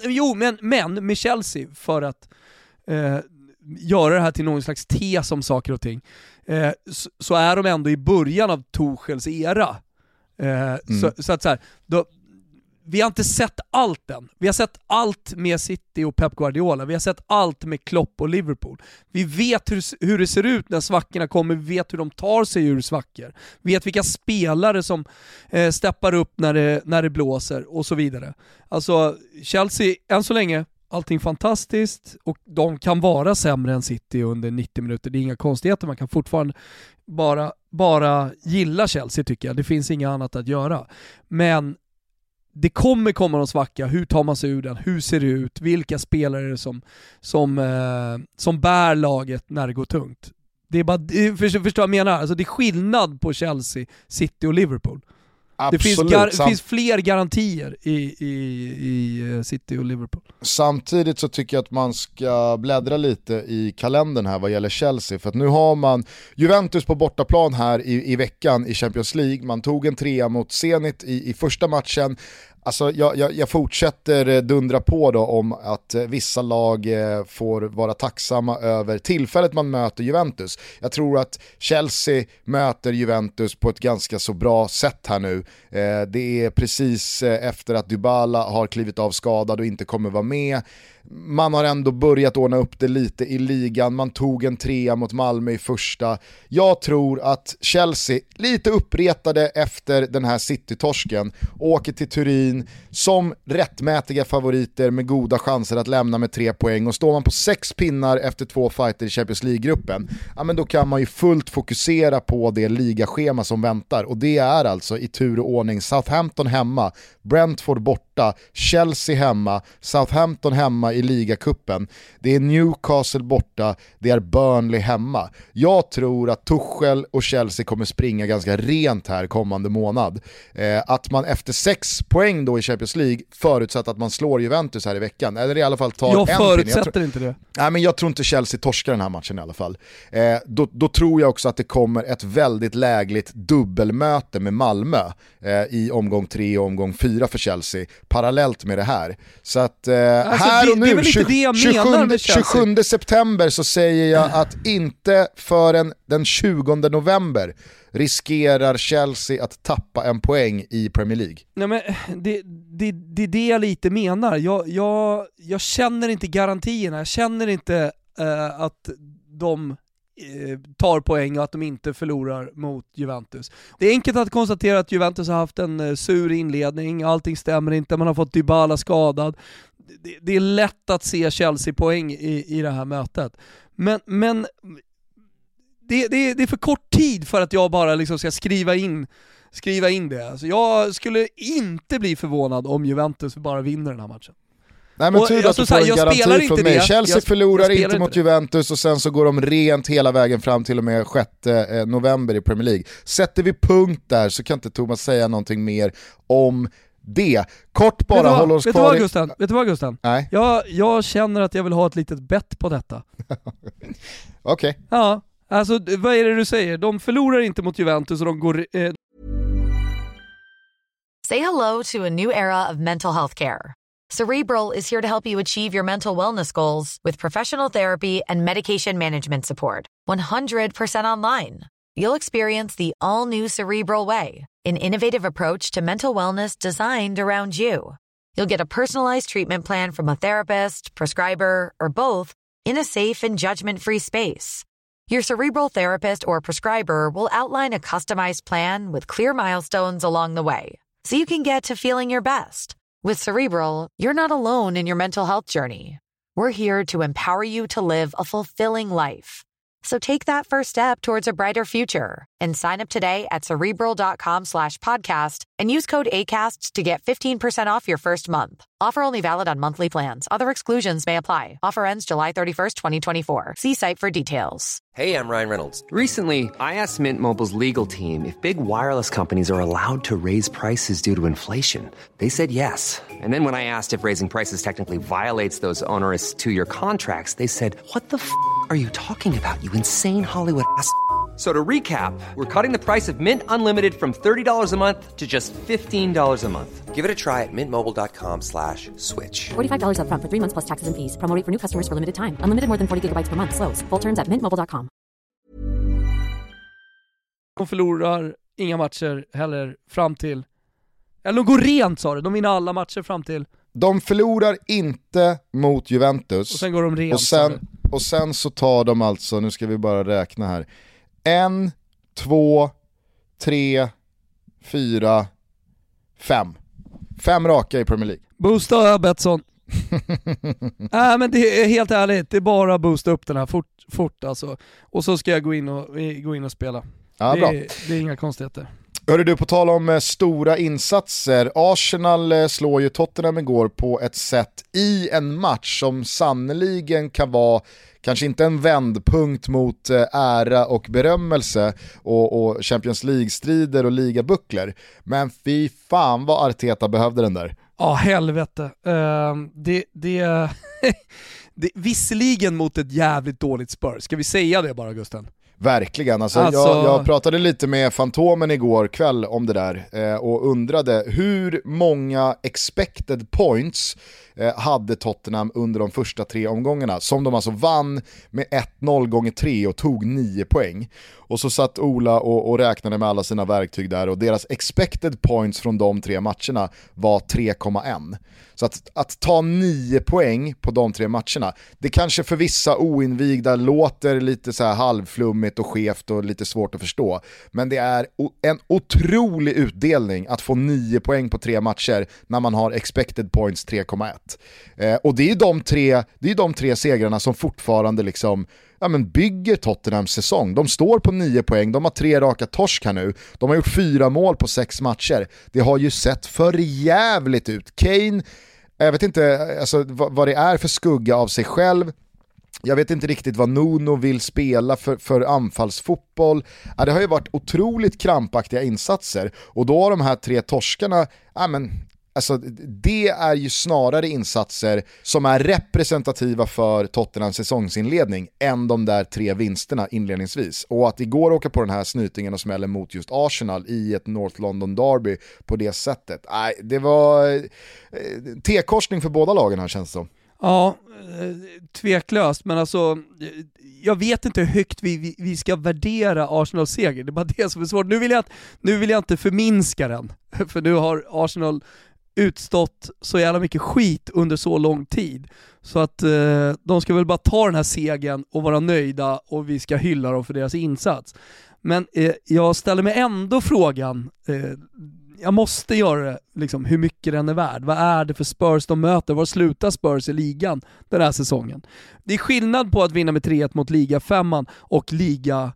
[SPEAKER 2] Men med Chelsea, för att göra det här till någon slags tes om saker och ting, så är de ändå i början av Tuchels era. Så att så här, vi har inte sett allt än. Vi har sett allt med City och Pep Guardiola. Vi har sett allt med Klopp och Liverpool. Vi vet hur det ser ut när svackorna kommer. Vi vet hur de tar sig ur svackor. Vi vet vilka spelare som steppar upp när det blåser och så vidare. Alltså Chelsea, än så länge, allting fantastiskt, och de kan vara sämre än City under 90 minuter. Det är inga konstigheter. Man kan fortfarande bara gilla Chelsea, tycker jag. Det finns inget annat att göra. Men det kommer komma någon svacka. Hur tar man sig ur den? Hur ser det ut? Vilka spelare är det som bär laget när det går tungt? Det är bara, förstår jag menar? Alltså det är skillnad på Chelsea, City och Liverpool.
[SPEAKER 1] Absolut.
[SPEAKER 2] Det finns fler garantier i City och Liverpool.
[SPEAKER 1] Samtidigt så tycker jag att man ska bläddra lite i kalendern här vad gäller Chelsea, för att nu har man Juventus på bortaplan här i veckan i Champions League. Man tog en 3 mot Zenit i första matchen. Alltså jag fortsätter dundra på då om att vissa lag får vara tacksamma över tillfället man möter Juventus. Jag tror att Chelsea möter Juventus på ett ganska så bra sätt här nu. Det är precis efter att Dybala har klivit av skadad och inte kommer vara med. Man har ändå börjat ordna upp det lite i ligan. Man tog en 3 mot Malmö i första. Jag tror att Chelsea, lite uppretade efter den här City-torsken, åker till Turin som rättmätiga favoriter med goda chanser att lämna med 3 poäng. Och står man på 6 pinnar efter 2 fighter i Champions League-gruppen, ja, men då kan man ju fullt fokusera på det ligaschema som väntar. Och det är alltså i tur och ordning Southampton hemma, Brentford borta, Chelsea hemma, Southampton hemma i ligacupen. Det är Newcastle borta, det är Burnley hemma. Jag tror att Tuchel och Chelsea kommer springa ganska rent här kommande månad. Att man efter 6 poäng då i Champions League, förutsatt att man slår Juventus här i veckan, eller i alla fall tar
[SPEAKER 2] jag förutsätter inte det.
[SPEAKER 1] Nej, men jag tror inte Chelsea torskar den här matchen i alla fall. Då tror jag också att det kommer ett väldigt lägligt dubbelmöte med Malmö i omgång 3 och omgång 4 för Chelsea, parallellt med det här. Så att
[SPEAKER 2] alltså,
[SPEAKER 1] här och nu,
[SPEAKER 2] 27
[SPEAKER 1] september så säger jag att inte förrän den 20 november riskerar Chelsea att tappa en poäng i Premier League.
[SPEAKER 2] Nej, men det är det jag lite menar. Jag känner inte garantierna. Jag känner inte att de tar poäng och att de inte förlorar mot Juventus. Det är enkelt att konstatera att Juventus har haft en sur inledning. Allting stämmer inte. Man har fått Dybala skadad. Det är lätt att se Chelsea poäng i det här mötet. Men det är för kort tid för att jag bara liksom ska skriva in det. Alltså jag skulle inte bli förvånad om Juventus bara vinner den här matchen.
[SPEAKER 1] Nej, men tur att du får en garanti från mig. Chelsea förlorar inte mot Juventus och sen så går de rent hela vägen fram till och med 6 november i Premier League. Sätter vi punkt där så kan inte Thomas säga någonting mer om det. Kort bara håller oss kvar.
[SPEAKER 2] Vet du vad Gusten?
[SPEAKER 1] Nej.
[SPEAKER 2] Jag känner att jag vill ha ett litet bett på detta.
[SPEAKER 1] Okej.
[SPEAKER 2] Ja, alltså vad är det du säger? De förlorar inte mot Juventus och de går...
[SPEAKER 3] Say hello to a new era of mental health care. Cerebral is here to help you achieve your mental wellness goals with professional therapy and medication management support. 100% online. You'll experience the all-new Cerebral Way, an innovative approach to mental wellness designed around you. You'll get a personalized treatment plan from a therapist, prescriber, or both in a safe and judgment-free space. Your Cerebral therapist or prescriber will outline a customized plan with clear milestones along the way, so you can get to feeling your best. With Cerebral, you're not alone in your mental health journey. We're here to empower you to live a fulfilling life. So take that first step towards a brighter future and sign up today at Cerebral.com/podcast and use code ACAST to get 15% off your first month. Offer only valid on monthly plans. Other exclusions may apply. Offer ends July 31st, 2024. See site for details.
[SPEAKER 4] Hey, I'm Ryan Reynolds. Recently, I asked Mint Mobile's legal team if big wireless companies are allowed to raise prices due to inflation. They said yes. And then when I asked if raising prices technically violates those onerous 2-year contracts, they said, "What the f*** are you talking about, you insane Hollywood ass?" So to recap, we're cutting the price of Mint Unlimited from $30 a month to just $15 a month. Give it a try at mintmobile.com/switch.
[SPEAKER 5] $45 up front for 3 months plus taxes and fees. Promo rate for new customers for limited time. Unlimited more than 40 gigabytes per month. Slows full terms at mintmobile.com.
[SPEAKER 2] De förlorar inga matcher heller fram till... Eller de går rent, sa du. De vinner alla matcher fram till...
[SPEAKER 1] De förlorar inte mot Juventus.
[SPEAKER 2] Och sen går de rent.
[SPEAKER 1] Och sen så tar de alltså, nu ska vi bara räkna här. 1, 2, 3, 4, 5. 5 raka i Premier League.
[SPEAKER 2] Boosta Betsson. Nej, men det är helt ärligt, det är bara att boosta upp den här fort alltså. Och så ska jag gå in och spela.
[SPEAKER 1] Ja, bra.
[SPEAKER 2] Det är inga konstigheter.
[SPEAKER 1] Hörru du, på tal om stora insatser. Arsenal slår ju Tottenham igår på ett sätt i en match som sannoliken kan vara kanske inte en vändpunkt mot ära och berömmelse och Champions League-strider och ligabucklor. Men fy fan vad Arteta behövde den där.
[SPEAKER 2] Ja, helvete. Visserligen mot ett jävligt dåligt Spurs. Ska vi säga det bara, Gusten?
[SPEAKER 1] Verkligen, alltså jag pratade lite med Fantomen igår kväll om det där och undrade hur många expected points hade Tottenham under de första 3 omgångarna, som de alltså vann med 1-0 gånger 3 och tog 9 poäng. Och så satt Ola och räknade med alla sina verktyg där och deras expected points från de 3 matcherna var 3,1. Så att ta 9 poäng på de 3 matcherna, det kanske för vissa oinvigda låter lite så här halvflummigt och skevt och lite svårt att förstå. Men det är en otrolig utdelning att få 9 poäng på 3 matcher när man har expected points 3,1. Och det är de 3 segrarna som fortfarande liksom bygger Tottenhams säsong. De står på 9 poäng, de har 3 raka torsk här nu. De har gjort 4 mål på 6 matcher. Det har ju sett för jävligt ut. Kane, jag vet inte alltså, vad det är för skugga av sig själv. Jag vet inte riktigt vad Nuno vill spela för anfallsfotboll. Det har ju varit otroligt krampaktiga insatser. Och då har de här 3 torskarna, alltså, det är ju snarare insatser som är representativa för Tottenhams säsongsinledning än de där 3 vinsterna inledningsvis. Och att igår åka på den här snytingen och smälla mot just Arsenal i ett North London derby på det sättet. Det var T-korsning för båda lagen här, känns det som.
[SPEAKER 2] Ja, tveklöst, men alltså jag vet inte hur högt vi ska värdera Arsenals seger. Det är bara det som är svårt. Nu vill jag inte förminska den, för nu har Arsenal utstått så jävla mycket skit under så lång tid, så att de ska väl bara ta den här segern och vara nöjda, och vi ska hylla dem för deras insats. Men jag ställer mig ändå frågan, jag måste göra det, liksom, hur mycket den är värd. Vad är det för Spurs de möter? Var slutar Spurs i ligan den här säsongen? Det är skillnad på att vinna med 3-1 mot liga 5 och liga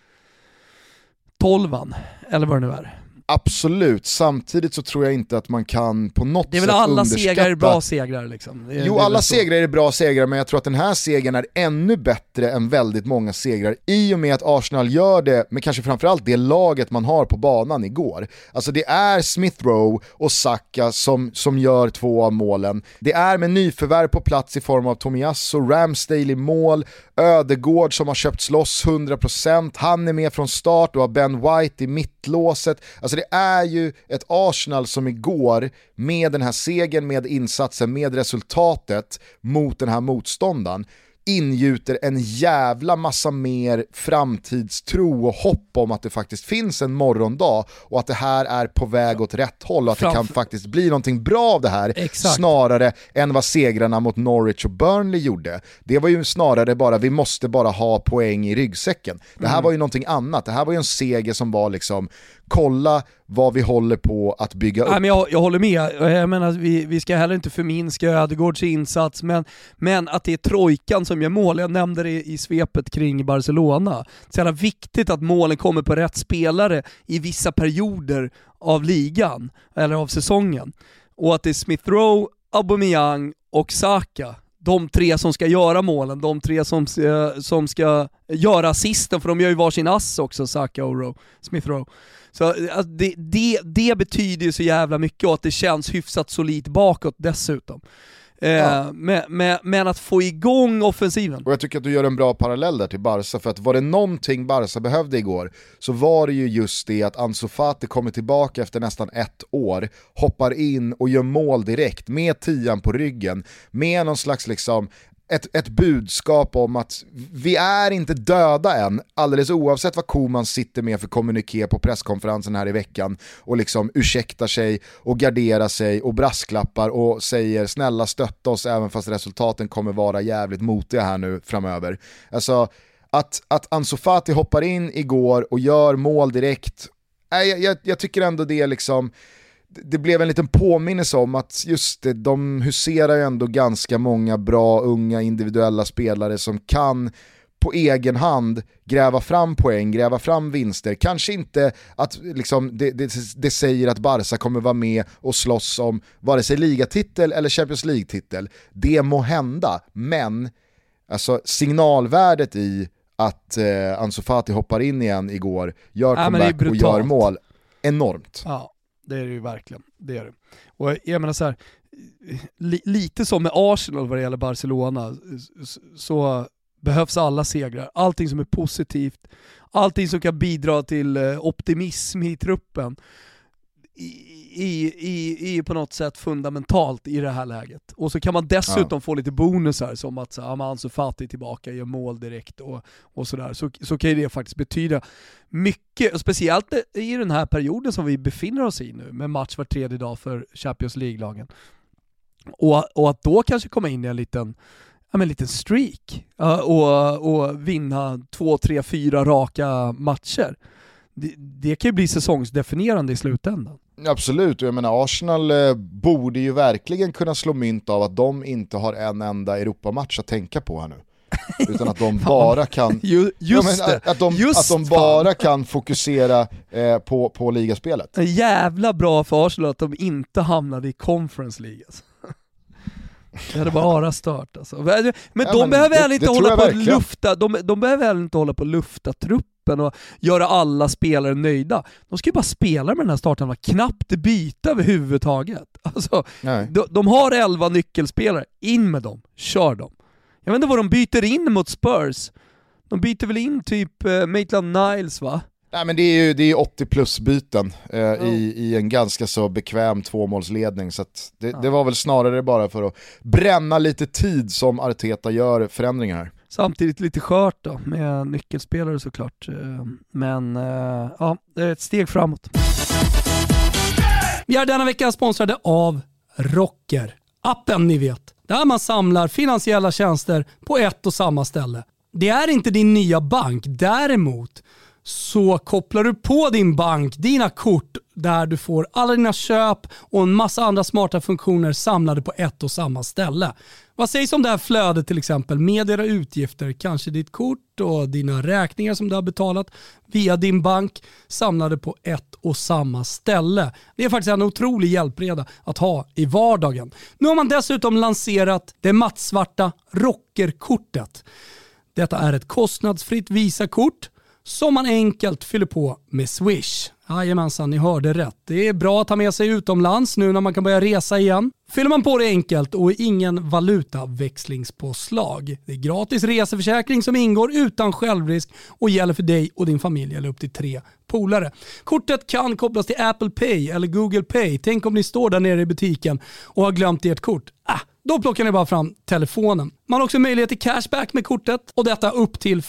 [SPEAKER 2] 12, eller vad det nu är.
[SPEAKER 1] Absolut, samtidigt så tror jag inte att man kan på något sätt underskatta...
[SPEAKER 2] Det är väl alla segrar är bra segrar liksom.
[SPEAKER 1] Alla segrar är bra segrar, men jag tror att den här segern är ännu bättre än väldigt många segrar, i och med att Arsenal gör det med kanske framförallt det laget man har på banan igår. Alltså det är Smith Rowe och Saka som gör 2 av målen. Det är med nyförvärv på plats i form av Tomiyasu, Ramsdale i mål, Ödegård som har köpt loss 100%, han är med från start och har Ben White i mittlåset. Alltså det är ju ett Arsenal som igår, med den här segern, med insatsen, med resultatet mot den här motståndaren, ingjuter en jävla massa mer framtidstro och hopp om att det faktiskt finns en morgondag och att det här är på väg åt rätt håll och att det kan faktiskt bli någonting bra av det här. Exakt. Snarare än vad segrarna mot Norwich och Burnley gjorde. Det var ju snarare bara, vi måste bara ha poäng i ryggsäcken. Det här var ju någonting annat. Det här var ju en seger som var liksom, kolla vad vi håller på att bygga upp.
[SPEAKER 2] Nej, men jag håller med. Jag menar, vi ska heller inte förminska Ödegårds insats, men att det är trojkan som gör mål. Jag nämnde det i svepet kring Barcelona. Så är det viktigt att målen kommer på rätt spelare i vissa perioder av ligan eller av säsongen. Och att det är Smith Rowe, Aubameyang och Saka, de 3 som ska göra målen, de 3 som ska göra assisten, för de gör ju varsin ass också, Saka och Smith Rowe. Så alltså, det betyder ju så jävla mycket, och att det känns hyfsat solidt bakåt dessutom. Men att få igång offensiven.
[SPEAKER 1] Och jag tycker att du gör en bra parallell där till Barca, för att var det någonting Barca behövde igår, så var det ju just det att Ansu Fati kommer tillbaka efter nästan 1 år, hoppar in och gör mål direkt med 10:an på ryggen, med någon slags liksom ett budskap om att vi är inte döda än, alldeles oavsett vad Koeman sitter med för kommuniké på presskonferensen här i veckan och liksom ursäktar sig och garderar sig och brasklappar och säger snälla stötta oss även fast resultaten kommer vara jävligt motiga här nu framöver. Alltså att Ansu Fati hoppar in igår och gör mål direkt, jag tycker ändå det är liksom, det blev en liten påminnelse om att just det, de huserar ju ändå ganska många bra unga individuella spelare som kan på egen hand gräva fram poäng, gräva fram vinster. Kanske inte att liksom, det säger att Barca kommer vara med och slåss om vare sig ligatitel eller Champions League-titel. Det må hända, men alltså, signalvärdet i att Ansu Fati hoppar in igen igår, gör comeback och gör mål, enormt.
[SPEAKER 2] Ja, det är det ju verkligen. Det är det. Och jag menar så här, lite som med Arsenal vad det gäller Barcelona, så behövs alla segrar. Allting som är positivt, allting som kan bidra till optimism i truppen är på något sätt fundamentalt i det här läget. Och så kan man dessutom få lite bonusar som att Ansu Fati tillbaka, gör mål direkt och sådär. Så kan det faktiskt betyda mycket, speciellt i den här perioden som vi befinner oss i nu med match var tredje dag för Champions League-lagen. Och att då kanske komma in i en liten streak och vinna 2, 3, 4 raka matcher. Det kan ju bli säsongsdefinierande i slutändan.
[SPEAKER 1] Absolut, och jag menar Arsenal borde ju verkligen kunna slå mynt av att de inte har en enda Europamatch att tänka på här nu. Utan att de bara kan att de bara kan fokusera på ligaspelet.
[SPEAKER 2] Det är jävla bra för Arsenal att de inte hamnade i Conference League alltså. Det hade bara stört alltså. Men de behöver inte hålla på att lufta. De behöver inte hålla på att lufta truppen och göra alla spelare nöjda. De ska ju bara spela med den här starten, knappt byta överhuvudtaget. Alltså, de har 11 nyckelspelare, in med dem, kör dem. Jag vet inte vad de byter in mot Spurs. De byter väl in typ Maitland Niles, va?
[SPEAKER 1] Nej, men det är 80 plus byten i en ganska så bekväm 2-målsledning, så att det var väl snarare bara för att bränna lite tid som Arteta gör förändringar här.
[SPEAKER 2] Samtidigt lite skört då med nyckelspelare såklart, men ja, det är ett steg framåt. Vi är denna vecka sponsrade av Rocker, appen ni vet, där man samlar finansiella tjänster på ett och samma ställe. Det är inte din nya bank, däremot så kopplar du på din bank, dina kort, där du får alla dina köp och en massa andra smarta funktioner samlade på ett och samma ställe. Vad sägs om det här flödet till exempel med era utgifter, kanske ditt kort och dina räkningar som du har betalat via din bank samlade på ett och samma ställe. Det är faktiskt en otrolig hjälpreda att ha i vardagen. Nu har man dessutom lanserat det mattsvarta Rockerkortet. Detta är ett kostnadsfritt Visa-kort som man enkelt fyller på med Swish. Jajamensan, ni hörde rätt. Det är bra att ta med sig utomlands nu när man kan börja resa igen. Fyller man på det enkelt och ingen valutaväxlingspåslag. Det är gratis reseförsäkring som ingår utan självrisk och gäller för dig och din familj eller upp till 3 polare. Kortet kan kopplas till Apple Pay eller Google Pay. Tänk om ni står där nere i butiken och har glömt ert kort. Då plockar ni bara fram telefonen. Man har också möjlighet till cashback med kortet och detta upp till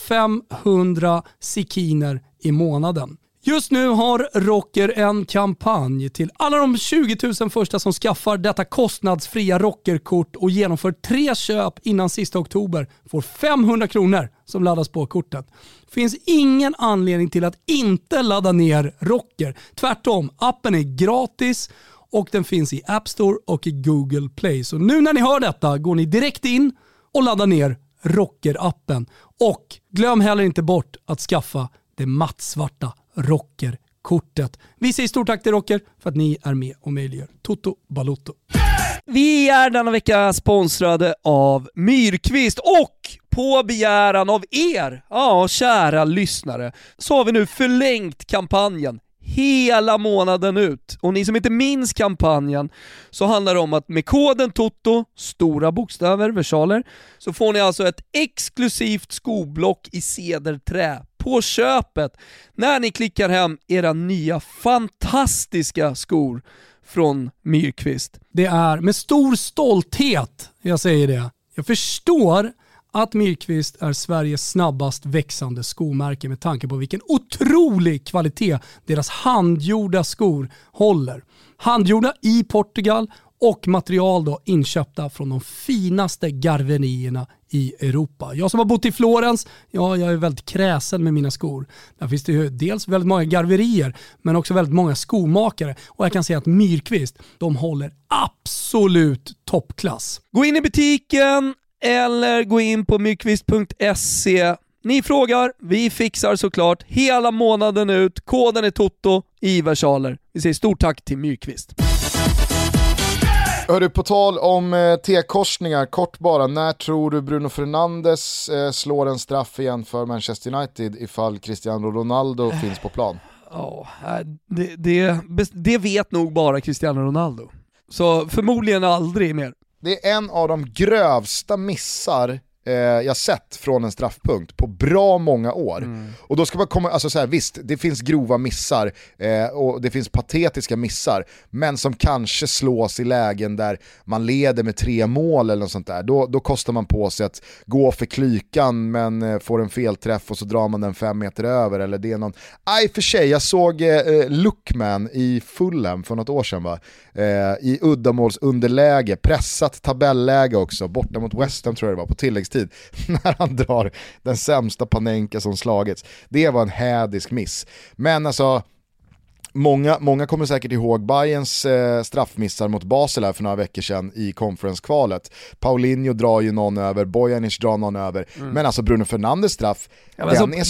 [SPEAKER 2] 500 sekiner i månaden. Just nu har Rocker en kampanj till alla de 20 000 första som skaffar detta kostnadsfria Rockerkort och genomför 3 köp innan sista oktober får 500 kronor som laddas på kortet. Finns ingen anledning till att inte ladda ner Rocker. Tvärtom, appen är gratis och den finns i App Store och i Google Play. Så nu när ni hör detta går ni direkt in och laddar ner Rocker-appen. Och glöm heller inte bort att skaffa det mattsvarta Rockerkortet. Vi säger stort tack till Rocker för att ni är med och möjliggör Toto Balotto. Vi är denna vecka sponsrade av Myrkvist och på begäran av er, kära lyssnare, så har vi nu förlängt kampanjen hela månaden ut. Och ni som inte minns kampanjen, så handlar det om att med koden TOTO, stora bokstäver, versaler, så får ni alltså ett exklusivt skoblock i cederträ på köpet när ni klickar hem era nya fantastiska skor från Myrkvist. Det är med stor stolthet jag säger det. Jag förstår att Myrkvist är Sveriges snabbast växande skomärke med tanke på vilken otrolig kvalitet deras handgjorda skor håller. Handgjorda i Portugal och material då inköpta från de finaste garvenierna i Europa. Jag som har bott i Florens, jag är väldigt kräsen med mina skor. Där finns det ju dels väldigt många garverier men också väldigt många skomakare. Och jag kan säga att Myrkvist, de håller absolut toppklass. Gå in i butiken eller gå in på myrkvist.se Ni frågar, vi fixar såklart hela månaden ut. Koden är Toto i versaler. Vi säger stort tack till Myrkvist.
[SPEAKER 1] Hörru, på tal om T-korsningar, kort bara. När tror du Bruno Fernandes slår en straff igen för Manchester United ifall Cristiano Ronaldo finns på plan?
[SPEAKER 2] Det vet nog bara Cristiano Ronaldo. Så förmodligen aldrig mer.
[SPEAKER 1] Det är en av de grövsta missar jag sett från en straffpunkt på bra många år. Och då ska man komma, alltså så här, visst, det finns grova missar och det finns patetiska missar, men som kanske slås i lägen där man leder med 3 mål eller något sånt där. Då kostar man på sig att gå för klykan men får en felträff och så drar man den 5 meter över, eller det är någon. För sig, jag såg Lookman i Fulham för något år sedan, va? I uddamålsunderläge, pressat tabelläge också, borta mot West Ham tror jag det var, på tilläggstid, när han drar den sämsta Panenka som slagits. Det var en hädisk miss. Men alltså, många kommer säkert ihåg Bayerns straffmissar mot Basel här för några veckor sedan i conference-kvalet. Paulinho drar ju någon över, Bojanic drar någon över. Men alltså Bruno Fernandes straff, den är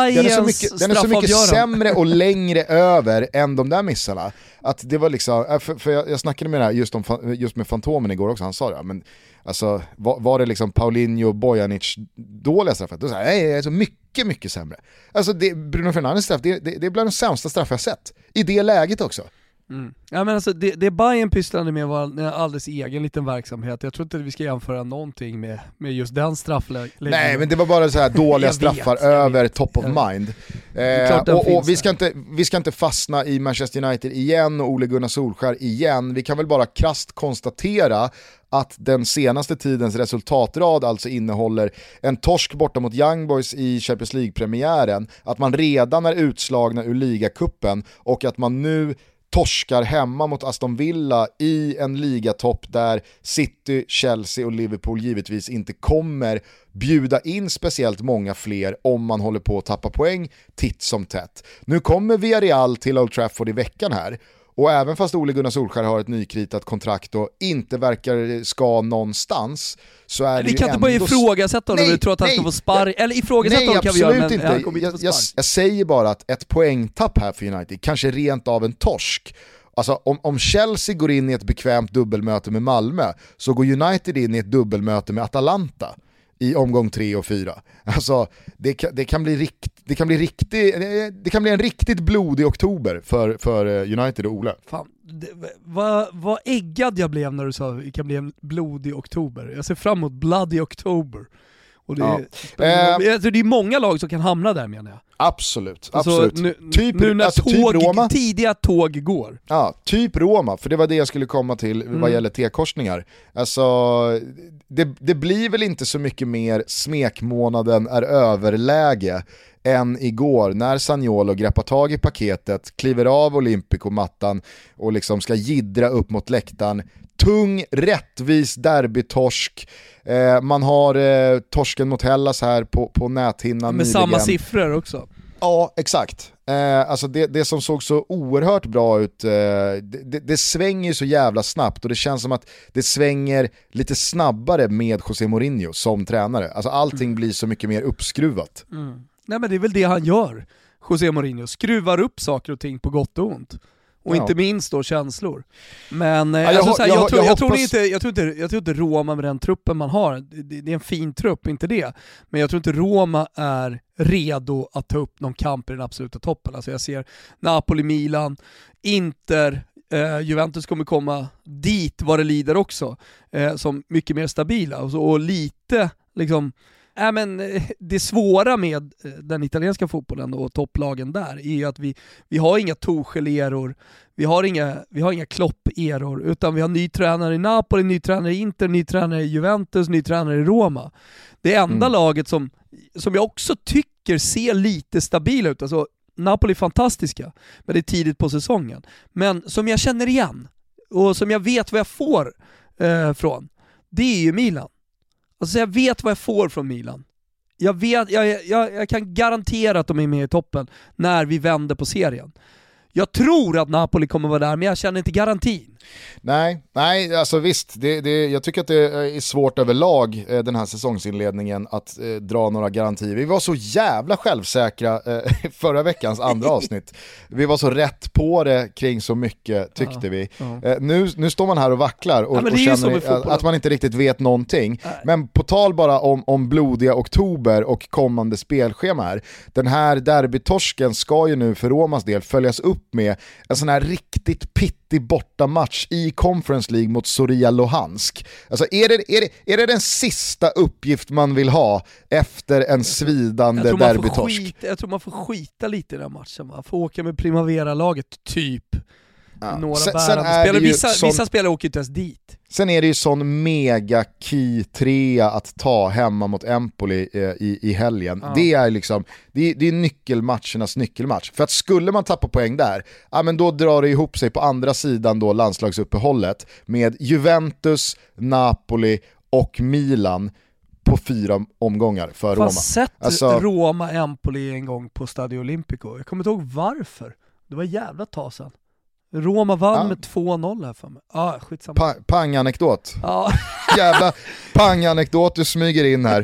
[SPEAKER 1] så mycket sämre och längre över än de där missarna. Att det var liksom, för jag snackade med det här just med Fantomen igår också, han sa det, men alltså var det liksom Paulinho, Bojanic dåliga straffet? Då sa jag, nej, alltså mycket sämre. Alltså Bruno Fernandes straff, det är bland de sämsta straff jag sett i det läget också.
[SPEAKER 2] Ja, men alltså det Bayern pysslade med var en alldeles egen liten verksamhet. Jag tror inte att vi ska jämföra någonting med just den straffläggningen.
[SPEAKER 1] Nej, men det var bara så här dåliga straffar över top of mind. Och vi ska inte fastna i Manchester United igen och Ole Gunnar Solskjær igen. Vi kan väl bara krasst konstatera att den senaste tidens resultatrad alltså innehåller en torsk borta mot Young Boys i Champions League-premiären, att man redan är utslagna ur ligacupen och att man nu torskar hemma mot Aston Villa i en ligatopp där City, Chelsea och Liverpool givetvis inte kommer bjuda in speciellt många fler om man håller på att tappa poäng titt som tätt. Nu kommer Villarreal till Old Trafford i veckan här, och även fast Ole Gunnar Solskjær har ett nykritat kontrakt och inte verkar ska någonstans, så är det ju ändå... Vi kan inte bara
[SPEAKER 2] ifrågasätta honom, du tror att han ska få spark, eller ifrågasätta honom kan vi göra, men han kommer inte få spark.
[SPEAKER 1] Jag säger bara att ett poängtapp här för United, kanske rent av en torsk. Alltså om Chelsea går in i ett bekvämt dubbelmöte med Malmö, så går United in i ett dubbelmöte med Atalanta i omgång 3 och 4. Alltså det kan bli en riktigt blodig oktober för United och Ole.
[SPEAKER 2] Fan, vad äggad jag blev när du sa att det kan bli en blodig oktober. Jag ser fram emot bloody oktober. Och det är många lag som kan hamna där, menar jag.
[SPEAKER 1] Absolut.
[SPEAKER 2] Nu när tidiga tåg går.
[SPEAKER 1] Ja, typ Roma, för det var det jag skulle komma till vad gäller T-korsningar. Alltså, det blir väl inte så mycket mer smekmånaden är överläge än igår när Zaniolo greppar tag i paketet, kliver av Olympico-mattan och liksom ska jiddra upp mot läktaren. Tung, rättvis derbytorsk. Man har torsken mot Hellas här på näthinnan
[SPEAKER 2] med
[SPEAKER 1] nyligen.
[SPEAKER 2] Samma siffror också.
[SPEAKER 1] Ja, exakt. Alltså det som såg så oerhört bra ut, det svänger så jävla snabbt, och det känns som att det svänger lite snabbare med José Mourinho som tränare. Alltså allting blir så mycket mer uppskruvat.
[SPEAKER 2] Nej, men det är väl det han gör, José Mourinho. Skruvar upp saker och ting på gott och ont. Och inte minst då känslor. Men jag tror inte Roma med den truppen man har, det är en fin trupp, inte det. Men jag tror inte Roma är redo att ta upp någon kamp i den absoluta toppen. Alltså jag ser Napoli, Milan, Inter, Juventus kommer komma dit vad det lider också, som mycket mer stabila. Och lite liksom... det svåra med den italienska fotbollen och topplagen där är ju att vi har inga Tuchel-eror, vi har inga Klopp-eror, utan vi har ny tränare i Napoli, ny tränare i Inter, ny tränare i Juventus, ny tränare i Roma. Det enda laget som jag också tycker ser lite stabila ut, alltså Napoli är fantastiska, men det är tidigt på säsongen, men som jag känner igen och som jag vet vad jag får från, det är ju Milan. Alltså jag vet vad jag får från Milan. Jag kan garantera att de är med i toppen när vi vänder på serien. Jag tror att Napoli kommer vara där, men jag känner inte garantin.
[SPEAKER 1] Nej, alltså visst, jag tycker att det är svårt överlag den här säsongsinledningen att dra några garantier. Vi var så jävla självsäkra förra veckans andra avsnitt. Vi var så rätt på det kring så mycket, tyckte vi. Nu står man här och vacklar och känner att man inte riktigt vet någonting. Men på tal bara om blodiga oktober och kommande spelschema här. Den här derbytorsken ska ju nu för Romas del följas upp med en sån här riktigt pittig bortamatch i Conference League mot Zorya Luhansk. Alltså är det den sista uppgift man vill ha efter en svidande derbytorsk?
[SPEAKER 2] Jag tror man får skita lite i den här matchen. Man får åka med Primavera-laget typ.
[SPEAKER 1] Ja.
[SPEAKER 2] Några bärande spelare. Vissa spelare åker inte ens dit.
[SPEAKER 1] Sen är det ju sån mega key 3 att ta hemma mot Empoli i helgen. Ja. Det är liksom det är nyckelmatchernas nyckelmatch. För att skulle man tappa poäng där, ja, men då drar det ihop sig på andra sidan då landslagsuppehållet med Juventus, Napoli och Milan på 4 omgångar för Roma.
[SPEAKER 2] Sett Roma-Empoli en gång på Stadio Olimpico. Jag kommer inte ihåg varför. Det var jävla tag sedan. Roma vann med 2-0 här för mig. Skitsamma.
[SPEAKER 1] Panganekdot. Jävla panganekdot du smyger in här.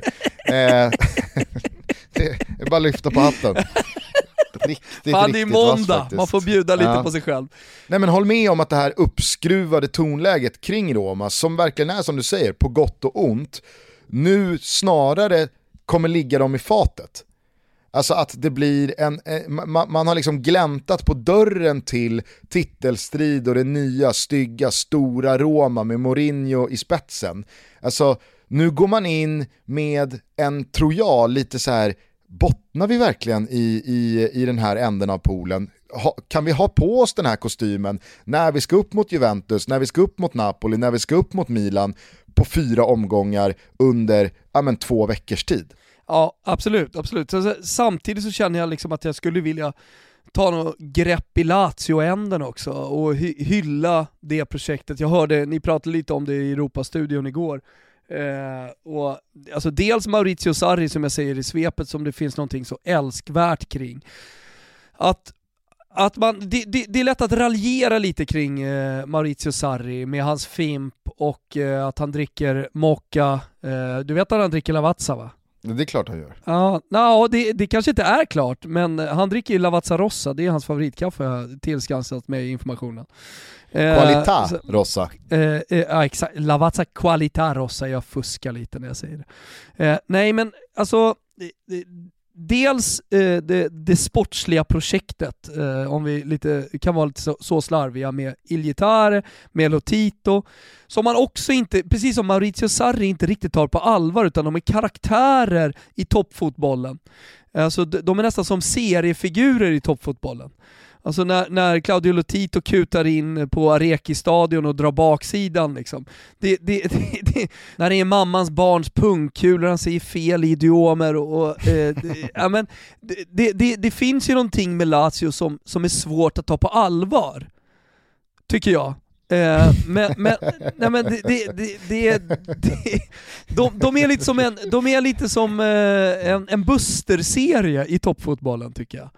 [SPEAKER 1] Det är bara lyfta på hatten. Riktigt
[SPEAKER 2] det är måndag, man får bjuda lite på sig själv.
[SPEAKER 1] Nej, men håll med om att det här uppskruvade tonläget kring Roma, som verkligen är som du säger, på gott och ont, nu snarare kommer ligga dem i fatet. Alltså att det blir man har liksom gläntat på dörren till titelstrid och det nya, stygga, stora Roma med Mourinho i spetsen. Alltså nu går man in med en, tror jag, lite så här, bottnar vi verkligen i den här änden av poolen? Kan vi ha på oss den här kostymen när vi ska upp mot Juventus, när vi ska upp mot Napoli, när vi ska upp mot Milan på 4 omgångar under 2 veckors tid?
[SPEAKER 2] Ja, absolut. Så, samtidigt så känner jag liksom att jag skulle vilja ta något grepp i Lazio-änden också och hylla det projektet. Jag hörde, ni pratade lite om det i Europastudion igår. Och alltså dels Maurizio Sarri, som jag säger i svepet, som det finns någonting så älskvärt kring. Att man, det är lätt att raljera lite kring Maurizio Sarri med hans fimp och att han dricker mocca. Du vet att han dricker Lavazza, va?
[SPEAKER 1] Det är klart han gör.
[SPEAKER 2] Ja, det kanske inte är klart, men han dricker ju Lavazza Rossa, det är hans favoritkaffe, jag har tillskansat med informationen.
[SPEAKER 1] Qualità Rossa.
[SPEAKER 2] Ja, exakt. Lavazza Qualità Rossa, jag fuskar lite när jag säger det. Nej, men alltså dels det sportsliga projektet, om vi kan vara lite så slarviga med Iljetare, med Lotito, som man också inte, precis som Maurizio Sarri, inte riktigt tar på allvar, utan de är karaktärer i toppfotbollen. Alltså de är nästan som seriefigurer i toppfotbollen. Alltså när Claudio Lotito kutar in på Areki-stadion och drar baksidan liksom. När det är mammans barns pungkulor, han säger fel idiomer och det finns ju någonting med Lazio som är svårt att ta på allvar, tycker jag. De är lite som en Buster-serie i toppfotbollen, tycker jag.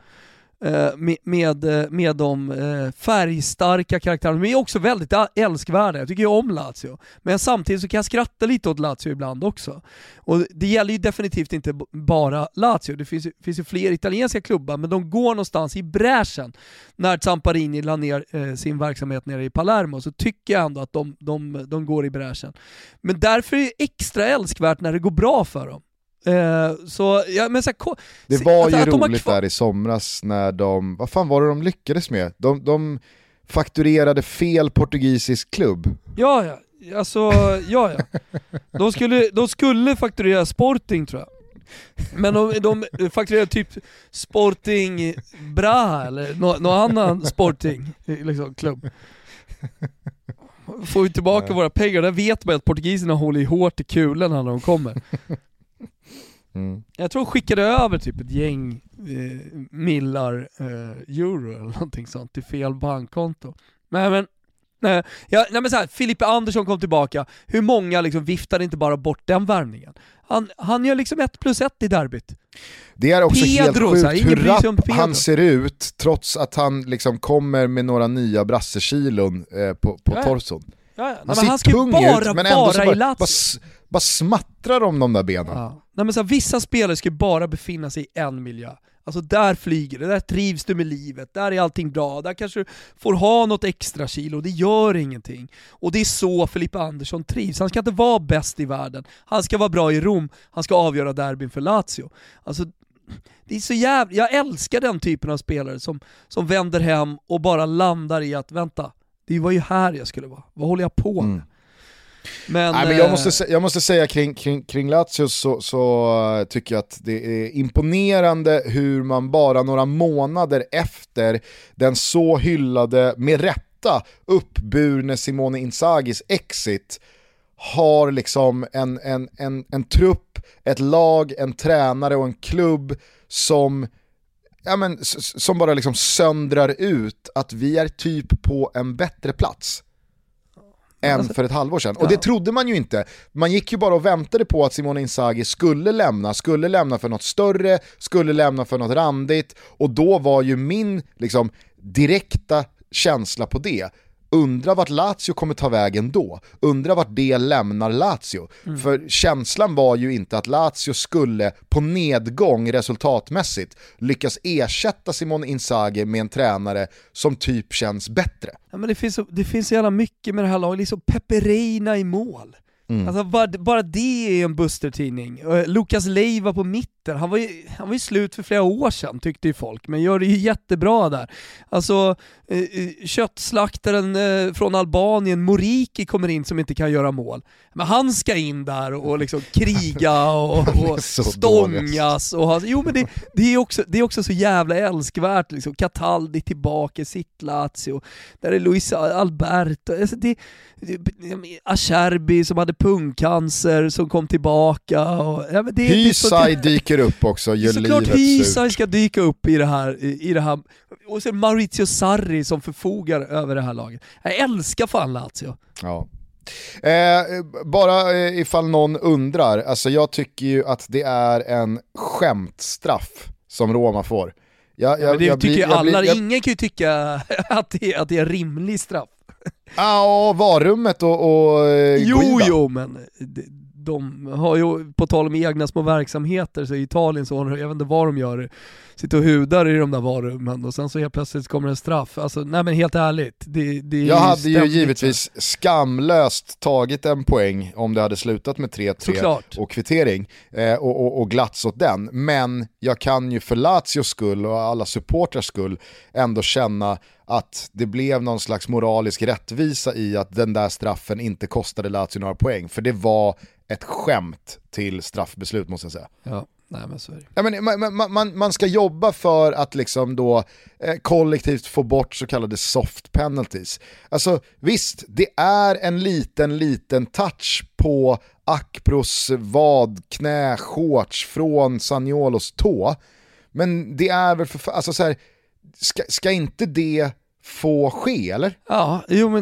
[SPEAKER 2] Med de färgstarka karaktärerna. De är också väldigt älskvärda. Jag tycker ju om Lazio, men samtidigt så kan jag skratta lite åt Lazio ibland också. Och det gäller ju definitivt inte bara Lazio. Det finns ju fler italienska klubbar, men de går någonstans i bräschen. När Zamparini la ner sin verksamhet nere i Palermo, så tycker jag ändå att de går i bräschen. Men därför är det extra älskvärt när det går bra för dem.
[SPEAKER 1] Det var ju roligt där i somras när vad fan var det de lyckades med? De fakturerade fel portugisisk klubb.
[SPEAKER 2] Ja. De skulle fakturera Sporting, tror jag. Men de fakturerade typ Sporting Braha eller någon annan Sporting liksom, klubb. Får vi tillbaka våra pengar. Där vet man att portugiserna håller hårt i kulen när de kommer. Jag tror de skickade över typ ett gäng millar euro eller någonting sånt till fel bankkonto. Men Nej men så här, Filipe Andersson kom tillbaka. Hur många liksom viftade inte bara bort den värvningen? Han gör liksom 1+1 i derbyt.
[SPEAKER 1] Det är också
[SPEAKER 2] Pedro,
[SPEAKER 1] helt
[SPEAKER 2] så här,
[SPEAKER 1] sjukt hur rapp han
[SPEAKER 2] Pedro.
[SPEAKER 1] ser ut trots att han liksom kommer med några nya brassekilon på torson. Han ser
[SPEAKER 2] ska
[SPEAKER 1] tung
[SPEAKER 2] bara
[SPEAKER 1] ut, men ändå så
[SPEAKER 2] vara i Lazio.
[SPEAKER 1] bara smattrar om de där benen.
[SPEAKER 2] Ja. Nej, men så här, vissa spelare ska bara befinna sig i en miljö. Alltså där flyger det, där trivs du med livet, där är allting bra, där kanske du får ha något extra kilo, det gör ingenting. Och det är så Filipe Andersson trivs. Han ska inte vara bäst i världen, han ska vara bra i Rom, han ska avgöra derbyn för Lazio. Alltså, det är så jag älskar den typen av spelare som vänder hem och bara landar i att vänta, det var ju här jag skulle vara, vad håller jag på med? Men
[SPEAKER 1] jag måste säga kring Lazio så tycker jag att det är imponerande hur man bara några månader efter den så hyllade, med rätta, uppburne Simone Inzagis exit har liksom en trupp, ett lag, en tränare och en klubb som bara liksom söndrar ut att vi är typ på en bättre plats än för ett halvår sedan. Och det trodde man ju inte. Man gick ju bara och väntade på att Simone Inzaghi skulle lämna för något större, skulle lämna för något randigt, och då var ju min liksom direkta känsla på det: undra vart Lazio kommer ta vägen då. Undra vart det lämnar Lazio. För känslan var ju inte att Lazio skulle på nedgång resultatmässigt lyckas ersätta Simone Inzaghi med en tränare som typ känns bättre.
[SPEAKER 2] Ja, men det finns så jävla mycket med det här laget. Liksom Pepe Reina i mål. Alltså bara det är en bustertidning. Lucas Leiva på mitten, han var ju slut för flera år sedan tyckte ju folk, men gör det ju jättebra där. Alltså köttslaktaren från Albanien, Moriki, kommer in som inte kan göra mål. Men han ska in där och liksom kriga och stångas. Jo, men det är också så jävla älskvärt. Liksom. Cataldi tillbaka, sitt Lazio. Där är Luis Alberto. Alltså Acerbi som hade pungcancer som kom tillbaka.
[SPEAKER 1] Hysaj dyker upp också.
[SPEAKER 2] Såklart Hysaj ska dyka upp i det här. Och sen Maurizio Sarri som förfogar över det här laget. Jag älskar fan Lazio.
[SPEAKER 1] Ja. Bara ifall någon undrar, alltså jag tycker ju att det är en skämtstraff som Roma får.
[SPEAKER 2] Ingen kan ju tycka att det är en rimlig straff.
[SPEAKER 1] Ja, varummet och
[SPEAKER 2] Jo, men de har ju, på tal om egna små verksamheter, så i Italien så har jag vet inte vad de gör, sitter och hudar i de där varummen och sen så helt plötsligt kommer en straff. Alltså, nej men helt ärligt.
[SPEAKER 1] Jag hade ju givetvis skamlöst tagit en poäng om det hade slutat med 3-3 såklart. Och kvittering och glatts åt den. Men jag kan ju för Lazios skull och alla supporters skull ändå känna att det blev någon slags moralisk rättvisa i att den där straffen inte kostade Lazio några poäng. För det var ett skämt till straffbeslut, måste jag säga.
[SPEAKER 2] Ja. Nej, men så är det.
[SPEAKER 1] Ja, men man ska jobba för att liksom då kollektivt få bort så kallade soft penalties. Alltså visst, det är en liten touch på Akpros vad, knä, shorts från Sagnolos tå. Men det är väl alltså så här, ska inte det få ske, eller?
[SPEAKER 2] Ja,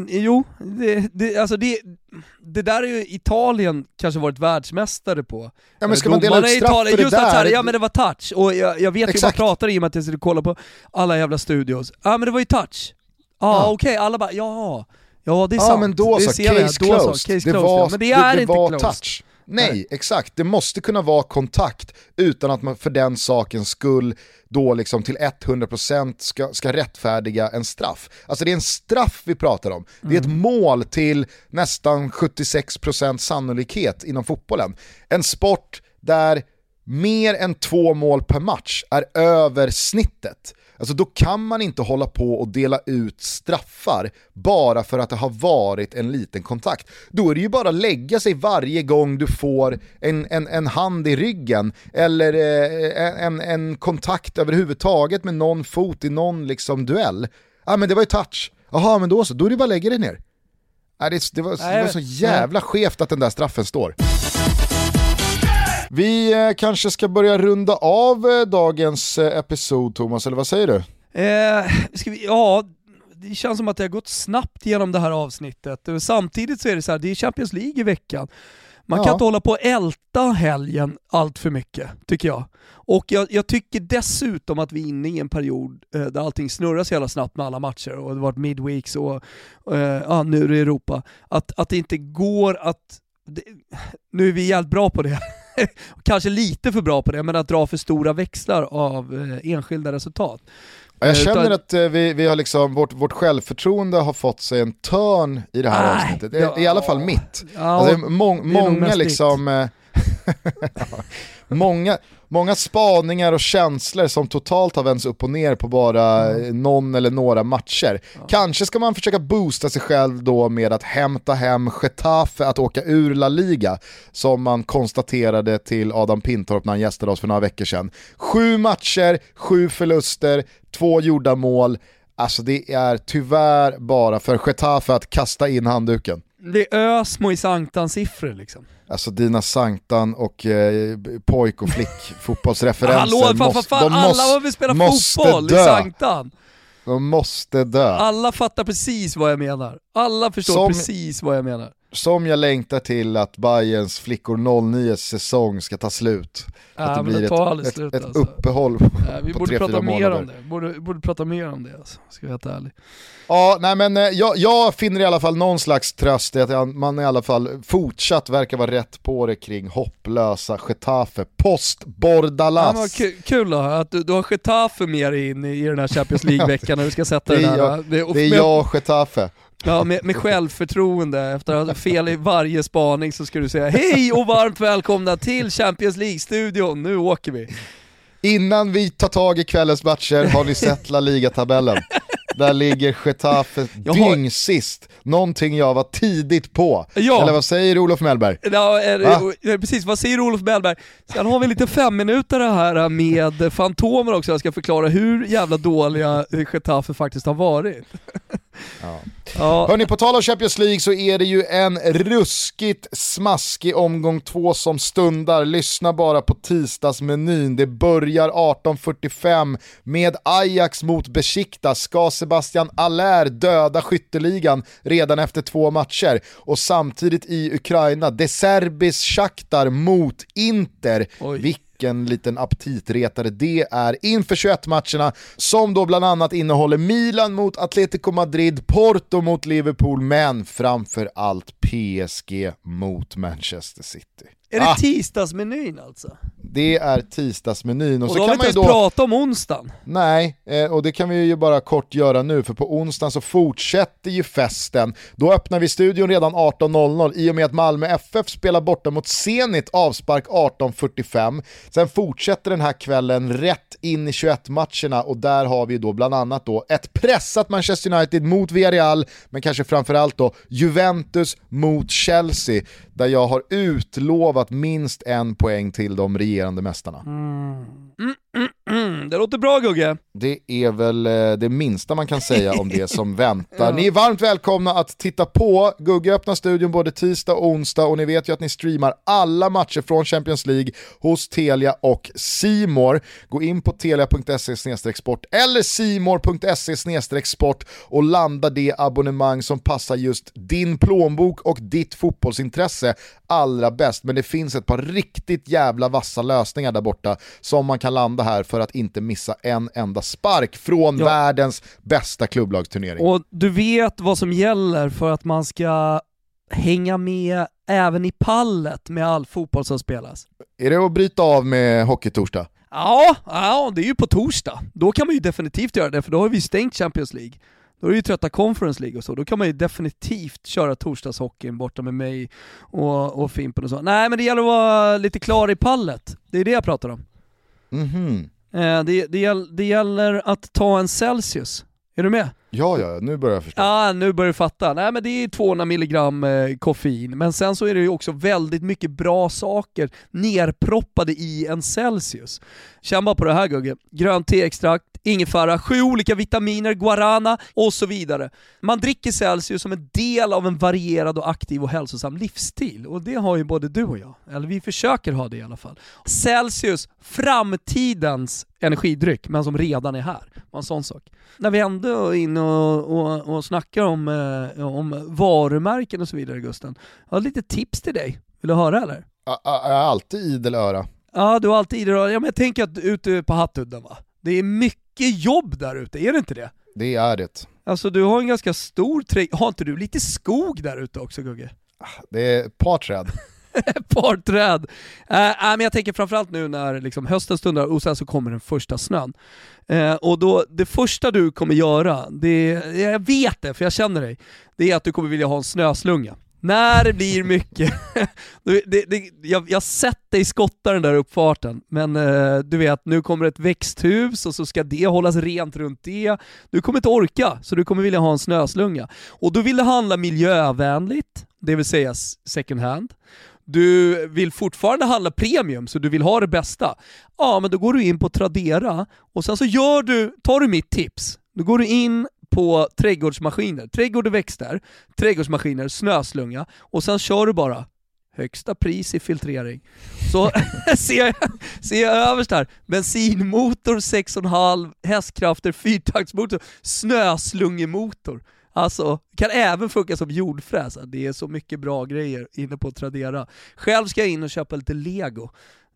[SPEAKER 2] det där är ju Italien kanske varit världsmästare på.
[SPEAKER 1] Ja, men ska man dela ut straff för det just där?
[SPEAKER 2] Här, ja, men det var touch. Och jag vet ju vad jag pratar i och med att jag skulle kolla på alla jävla studios. Ja, men det var ju touch. Okej, alla bara, ja, det är sant.
[SPEAKER 1] Ja, men då så, case closed. Det var,
[SPEAKER 2] men det är inte
[SPEAKER 1] var
[SPEAKER 2] closed.
[SPEAKER 1] Touch. Nej, exakt. Det måste kunna vara kontakt utan att man för den sakens skull då liksom till 100% ska rättfärdiga en straff. Alltså det är en straff vi pratar om. Det är ett mål till nästan 76% sannolikhet inom fotbollen. En sport där mer än 2 mål per match är över snittet. Alltså då kan man inte hålla på och dela ut straffar bara för att det har varit en liten kontakt. Då är det ju bara att lägga sig varje gång du får en hand i ryggen eller en kontakt överhuvudtaget med någon fot i någon liksom duell. Ja, men det var ju touch. Jaha, men då är det bara att lägga det ner. Det var så jävla skevt att den där straffen står. Vi kanske ska börja runda av dagens episod, Thomas, eller vad säger du?
[SPEAKER 2] det känns som att det har gått snabbt genom det här avsnittet. Samtidigt så är det så här, det är Champions League i veckan. Man kan inte hålla på att älta helgen allt för mycket, tycker jag. Och jag tycker dessutom att vi är inne i en period där allting snurrar så jävla snabbt med alla matcher, och det har varit midweeks och nu är det Europa. Att det inte går att... nu är vi jävligt bra på det. Kanske lite för bra på det, men att dra för stora växlar av enskilda resultat.
[SPEAKER 1] Jag känner att vi har liksom, vårt självförtroende har fått sig en törn i det här avsnittet. I alla fall mitt. Alltså, många liksom... många spaningar och känslor som totalt har vänts upp och ner på bara någon eller några matcher. Kanske ska man försöka boosta sig själv då med att hämta hem Getafe att åka ur La Liga, som man konstaterade till Adam Pintorp när han gästade oss för några veckor sedan. 7 matcher, 7 förluster, 2 gjorda mål. Alltså det är tyvärr bara för Getafe att kasta in handduken.
[SPEAKER 2] Det är Ösmo i Sanktan-siffror liksom.
[SPEAKER 1] Alltså dina Sanktan och pojk och flick fotbollsreferenser.
[SPEAKER 2] Alla vill spela fotboll i Sanktan.
[SPEAKER 1] De måste dö.
[SPEAKER 2] Alla fattar precis vad jag menar. Alla förstår precis vad jag menar.
[SPEAKER 1] Som jag längtar till att Bayerns flickor 09 säsong ska ta slut. Att det blir ett uppehåll
[SPEAKER 2] vi
[SPEAKER 1] på
[SPEAKER 2] borde
[SPEAKER 1] 3-4
[SPEAKER 2] prata
[SPEAKER 1] månader.
[SPEAKER 2] mer om det. Borde prata mer om det alltså, ska jag vara helt ärlig.
[SPEAKER 1] Ja, nej men jag finner i alla fall någon slags tröst i att man i alla fall fortsatt verkar vara rätt på det kring hopplösa Getafe post Bordalas.
[SPEAKER 2] Ja, kul då, att du har Getafe mer in i den här Champions League-veckan när du ska sätta det där.
[SPEAKER 1] Det är jag och Getafe.
[SPEAKER 2] Ja, med självförtroende. Efter att ha fel i varje spaning så ska du säga hej och varmt välkomna till Champions League-studion, nu åker vi.
[SPEAKER 1] Innan vi tar tag i kvällens matcher har ni sett La Liga-tabellen. Där ligger Getafe dyngsist. Någonting jag var tidigt på. Ja. Eller vad säger Olof Mellberg?
[SPEAKER 2] Ja, precis, vad säger Olof Mellberg? Sen har vi lite 5 minuter här med fantomer också. Jag ska förklara hur jävla dåliga Getafe faktiskt har varit.
[SPEAKER 1] Ja. Hörrni, på tal om Champions League så är det ju en ruskigt smaskig omgång 2 som stundar. Lyssna bara på tisdagsmenyn. Det börjar 18:45 med Ajax mot Besiktas. Ska Sebastian Aller döda skytteligan redan efter 2 matcher? Och samtidigt i Ukraina, De Serbis Shakhtar mot Inter. Vilken liten aptitretare det är inför 21-matcherna som då bland annat innehåller Milan mot Atletico Madrid, Porto mot Liverpool, men framför allt PSG mot Manchester City.
[SPEAKER 2] Är det tisdagsmenyn alltså?
[SPEAKER 1] Det är tisdagsmenyn.
[SPEAKER 2] Och så då kan man ju prata om onsdagen.
[SPEAKER 1] Nej, och det kan vi ju bara kort göra nu, för på onsdagen så fortsätter ju festen. Då öppnar vi studion redan 18:00 i och med att Malmö FF spelar borta mot Zenit, avspark 18:45. Sen fortsätter den här kvällen rätt in i 21-matcherna, och där har vi då bland annat då ett pressat Manchester United mot Villarreal, men kanske framförallt då Juventus mot Chelsea, där jag har utlovat minst 1 poäng till de regerande mästarna.
[SPEAKER 2] Det låter bra, Gugge.
[SPEAKER 1] Det är väl det minsta man kan säga om det som väntar. Ni är varmt välkomna att titta på. Gugge öppnar studion både tisdag och onsdag, och ni vet ju att ni streamar alla matcher från Champions League hos Telia och C More. Gå in på telia.se/sport eller cmore.se/sport och landa det abonnemang som passar just din plånbok och ditt fotbollsintresse allra bäst. Men det finns ett par riktigt jävla vassa lösningar där borta som man kan landa här för att inte missa en enda spark från världens bästa klubblagsturnering.
[SPEAKER 2] Och du vet vad som gäller för att man ska hänga med även i pallet med all fotboll som spelas.
[SPEAKER 1] Är det att bryta av med hockeytorsdag?
[SPEAKER 2] Ja, det är ju på torsdag. Då kan man ju definitivt göra det, för då har vi stängt Champions League. Då är det ju trötta Conference League och så. Då kan man ju definitivt köra torsdagshockeyn borta med mig och Fimpen och så. Nej, men det gäller att vara lite klar i pallet. Det är det jag pratar om. Det gäller att ta en Celsius. Är du med?
[SPEAKER 1] Ja, nu börjar jag förstå.
[SPEAKER 2] Ja, nu börjar du fatta. Nej, men det är 200 milligram koffein. Men sen så är det ju också väldigt mycket bra saker nerproppade i en Celsius. Känn bara på det här, Gugge. Grönt teextrakt,
[SPEAKER 6] ingefära, 7 olika vitaminer, guarana och så vidare. Man dricker Celsius som en del av en varierad och aktiv och hälsosam livsstil. Och det har ju både du och jag. Eller vi försöker ha det i alla fall. Celsius, framtidens energidryck, men som redan är här. En sån sak. När vi ändå är inne och snackar om varumärken och så vidare, Gusten. Jag har lite tips till dig. Vill du höra eller?
[SPEAKER 1] Jag är alltid idel öra.
[SPEAKER 6] Ja, du har alltid idel öra. Ja, men jag tänker att ute på Hattudden, va? Det är mycket jobb där ute, är det inte det?
[SPEAKER 1] Det är det.
[SPEAKER 6] Alltså du har en ganska stor har inte du lite skog där ute också, Gugge?
[SPEAKER 1] Det är ett par träd.
[SPEAKER 6] Ett par träd. Men jag tänker framförallt nu när liksom hösten stundar och sen så kommer den första snön. Och då, det första du kommer göra, jag vet det för jag känner dig, det är att du kommer vilja ha en snöslunga. När det blir mycket jag sett dig skotta den där uppfarten, men du vet, nu kommer ett växthus och så ska det hållas rent runt det. Du kommer inte orka, så du kommer vilja ha en snöslunga. Och då vill det handla miljövänligt, det vill säga second hand. Du vill fortfarande handla premium, så du vill ha det bästa. Ja, men då går du in på Tradera och sen så tar du mitt tips. Då går du in på trädgårdsmaskiner, trädgård och växter, trädgårdsmaskiner, snöslunga och sen kör du bara högsta pris i filtrering. Så ser jag överst här, bensinmotor, 6,5 hästkrafter, 4-taktsmotor, snöslungemotor. Alltså, kan även funka som jordfräs. Det är så mycket bra grejer inne på Tradera. Själv ska jag in och köpa lite Lego.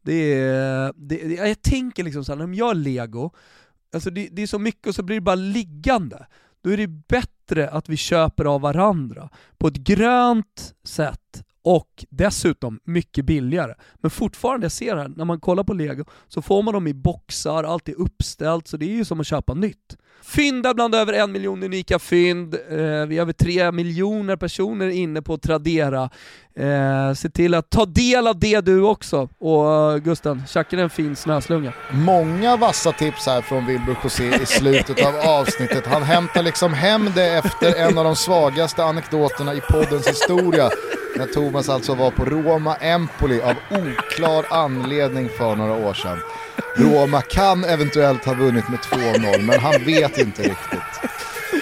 [SPEAKER 6] Jag tänker liksom så här, när de gör Lego, alltså det är så mycket och så blir det bara liggande. Då är det bättre att vi köper av varandra på ett grönt sätt och dessutom mycket billigare. Men fortfarande, jag ser här, när man kollar på Lego så får man dem i boxar, allt är uppställt, så det är ju som att köpa nytt. Fynda bland över 1 miljon unika fynd. Vi har över 3 miljoner personer inne på Tradera. Se till att ta del av det du också. Och Gusten, tjackar en fin snöslunga.
[SPEAKER 1] Många vassa tips här från Wilbur José i slutet av avsnittet. Han hämtar liksom hem det efter en av de svagaste anekdoterna i poddens historia. När Thomas alltså var på Roma Empoli av oklar anledning för några år sedan. Roma kan eventuellt ha vunnit med 2-0, men han vet inte riktigt.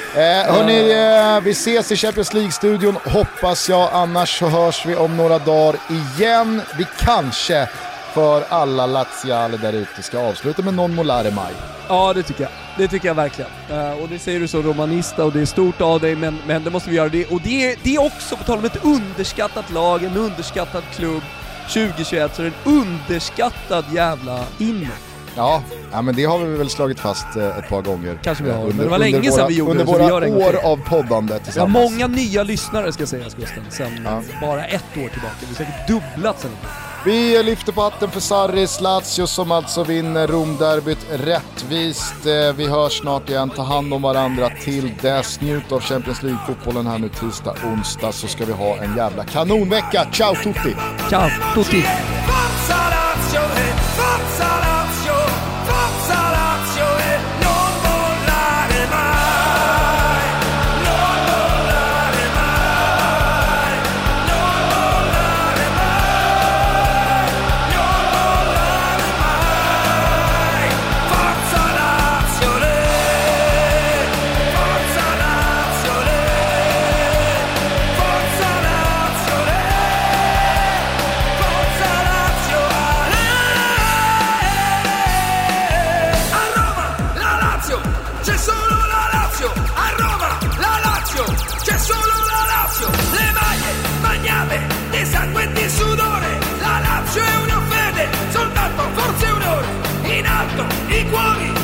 [SPEAKER 1] Hörrni, vi ses i Champions League-studion, hoppas jag. Annars så hörs vi om några dagar igen. Vi kanske för alla laziale där ute ska avsluta med non molare mai.
[SPEAKER 6] Ja, det tycker jag. Det tycker jag verkligen. Och det säger du som romanista och det är stort av dig, men det måste vi göra. Och det är också på tal om ett underskattat lag, en underskattad klubb 2021, så är det en underskattad jävla inne.
[SPEAKER 1] Ja, men det har vi väl slagit fast ett par gånger.
[SPEAKER 6] Kanske vi har, men det var länge sedan vi gjorde
[SPEAKER 1] under
[SPEAKER 6] det.
[SPEAKER 1] Under våra år av poddande tillsammans.
[SPEAKER 6] Ja, många nya lyssnare ska sägas, Gusten, sen bara 1 år tillbaka. Vi har säkert dubblat sen.
[SPEAKER 1] Vi lyfter på hatten för Sarris, Lazio som alltså vinner Romderbyt rättvist. Vi hörs snart igen, ta hand om varandra till dess. Njut av Champions League-fotbollen här nu tisdag, onsdag, så ska vi ha en jävla kanonvecka. Ciao tutti!
[SPEAKER 6] Ciao tutti!
[SPEAKER 7] Forza Lazio, forza Lazio, forza Lazio e non mollare mai, non mollare mai, non mollare mai, non mollare mai. Forza Lazio, forza Lazio, forza Lazio, forza Lazio. A Roma la Lazio, c'è solo la Lazio. A Roma la Lazio, c'è solo la Lazio. Le maglie bagnate di sangue e di sudore. La Lazio è una fede, soltanto forza e onore. In alto i cuori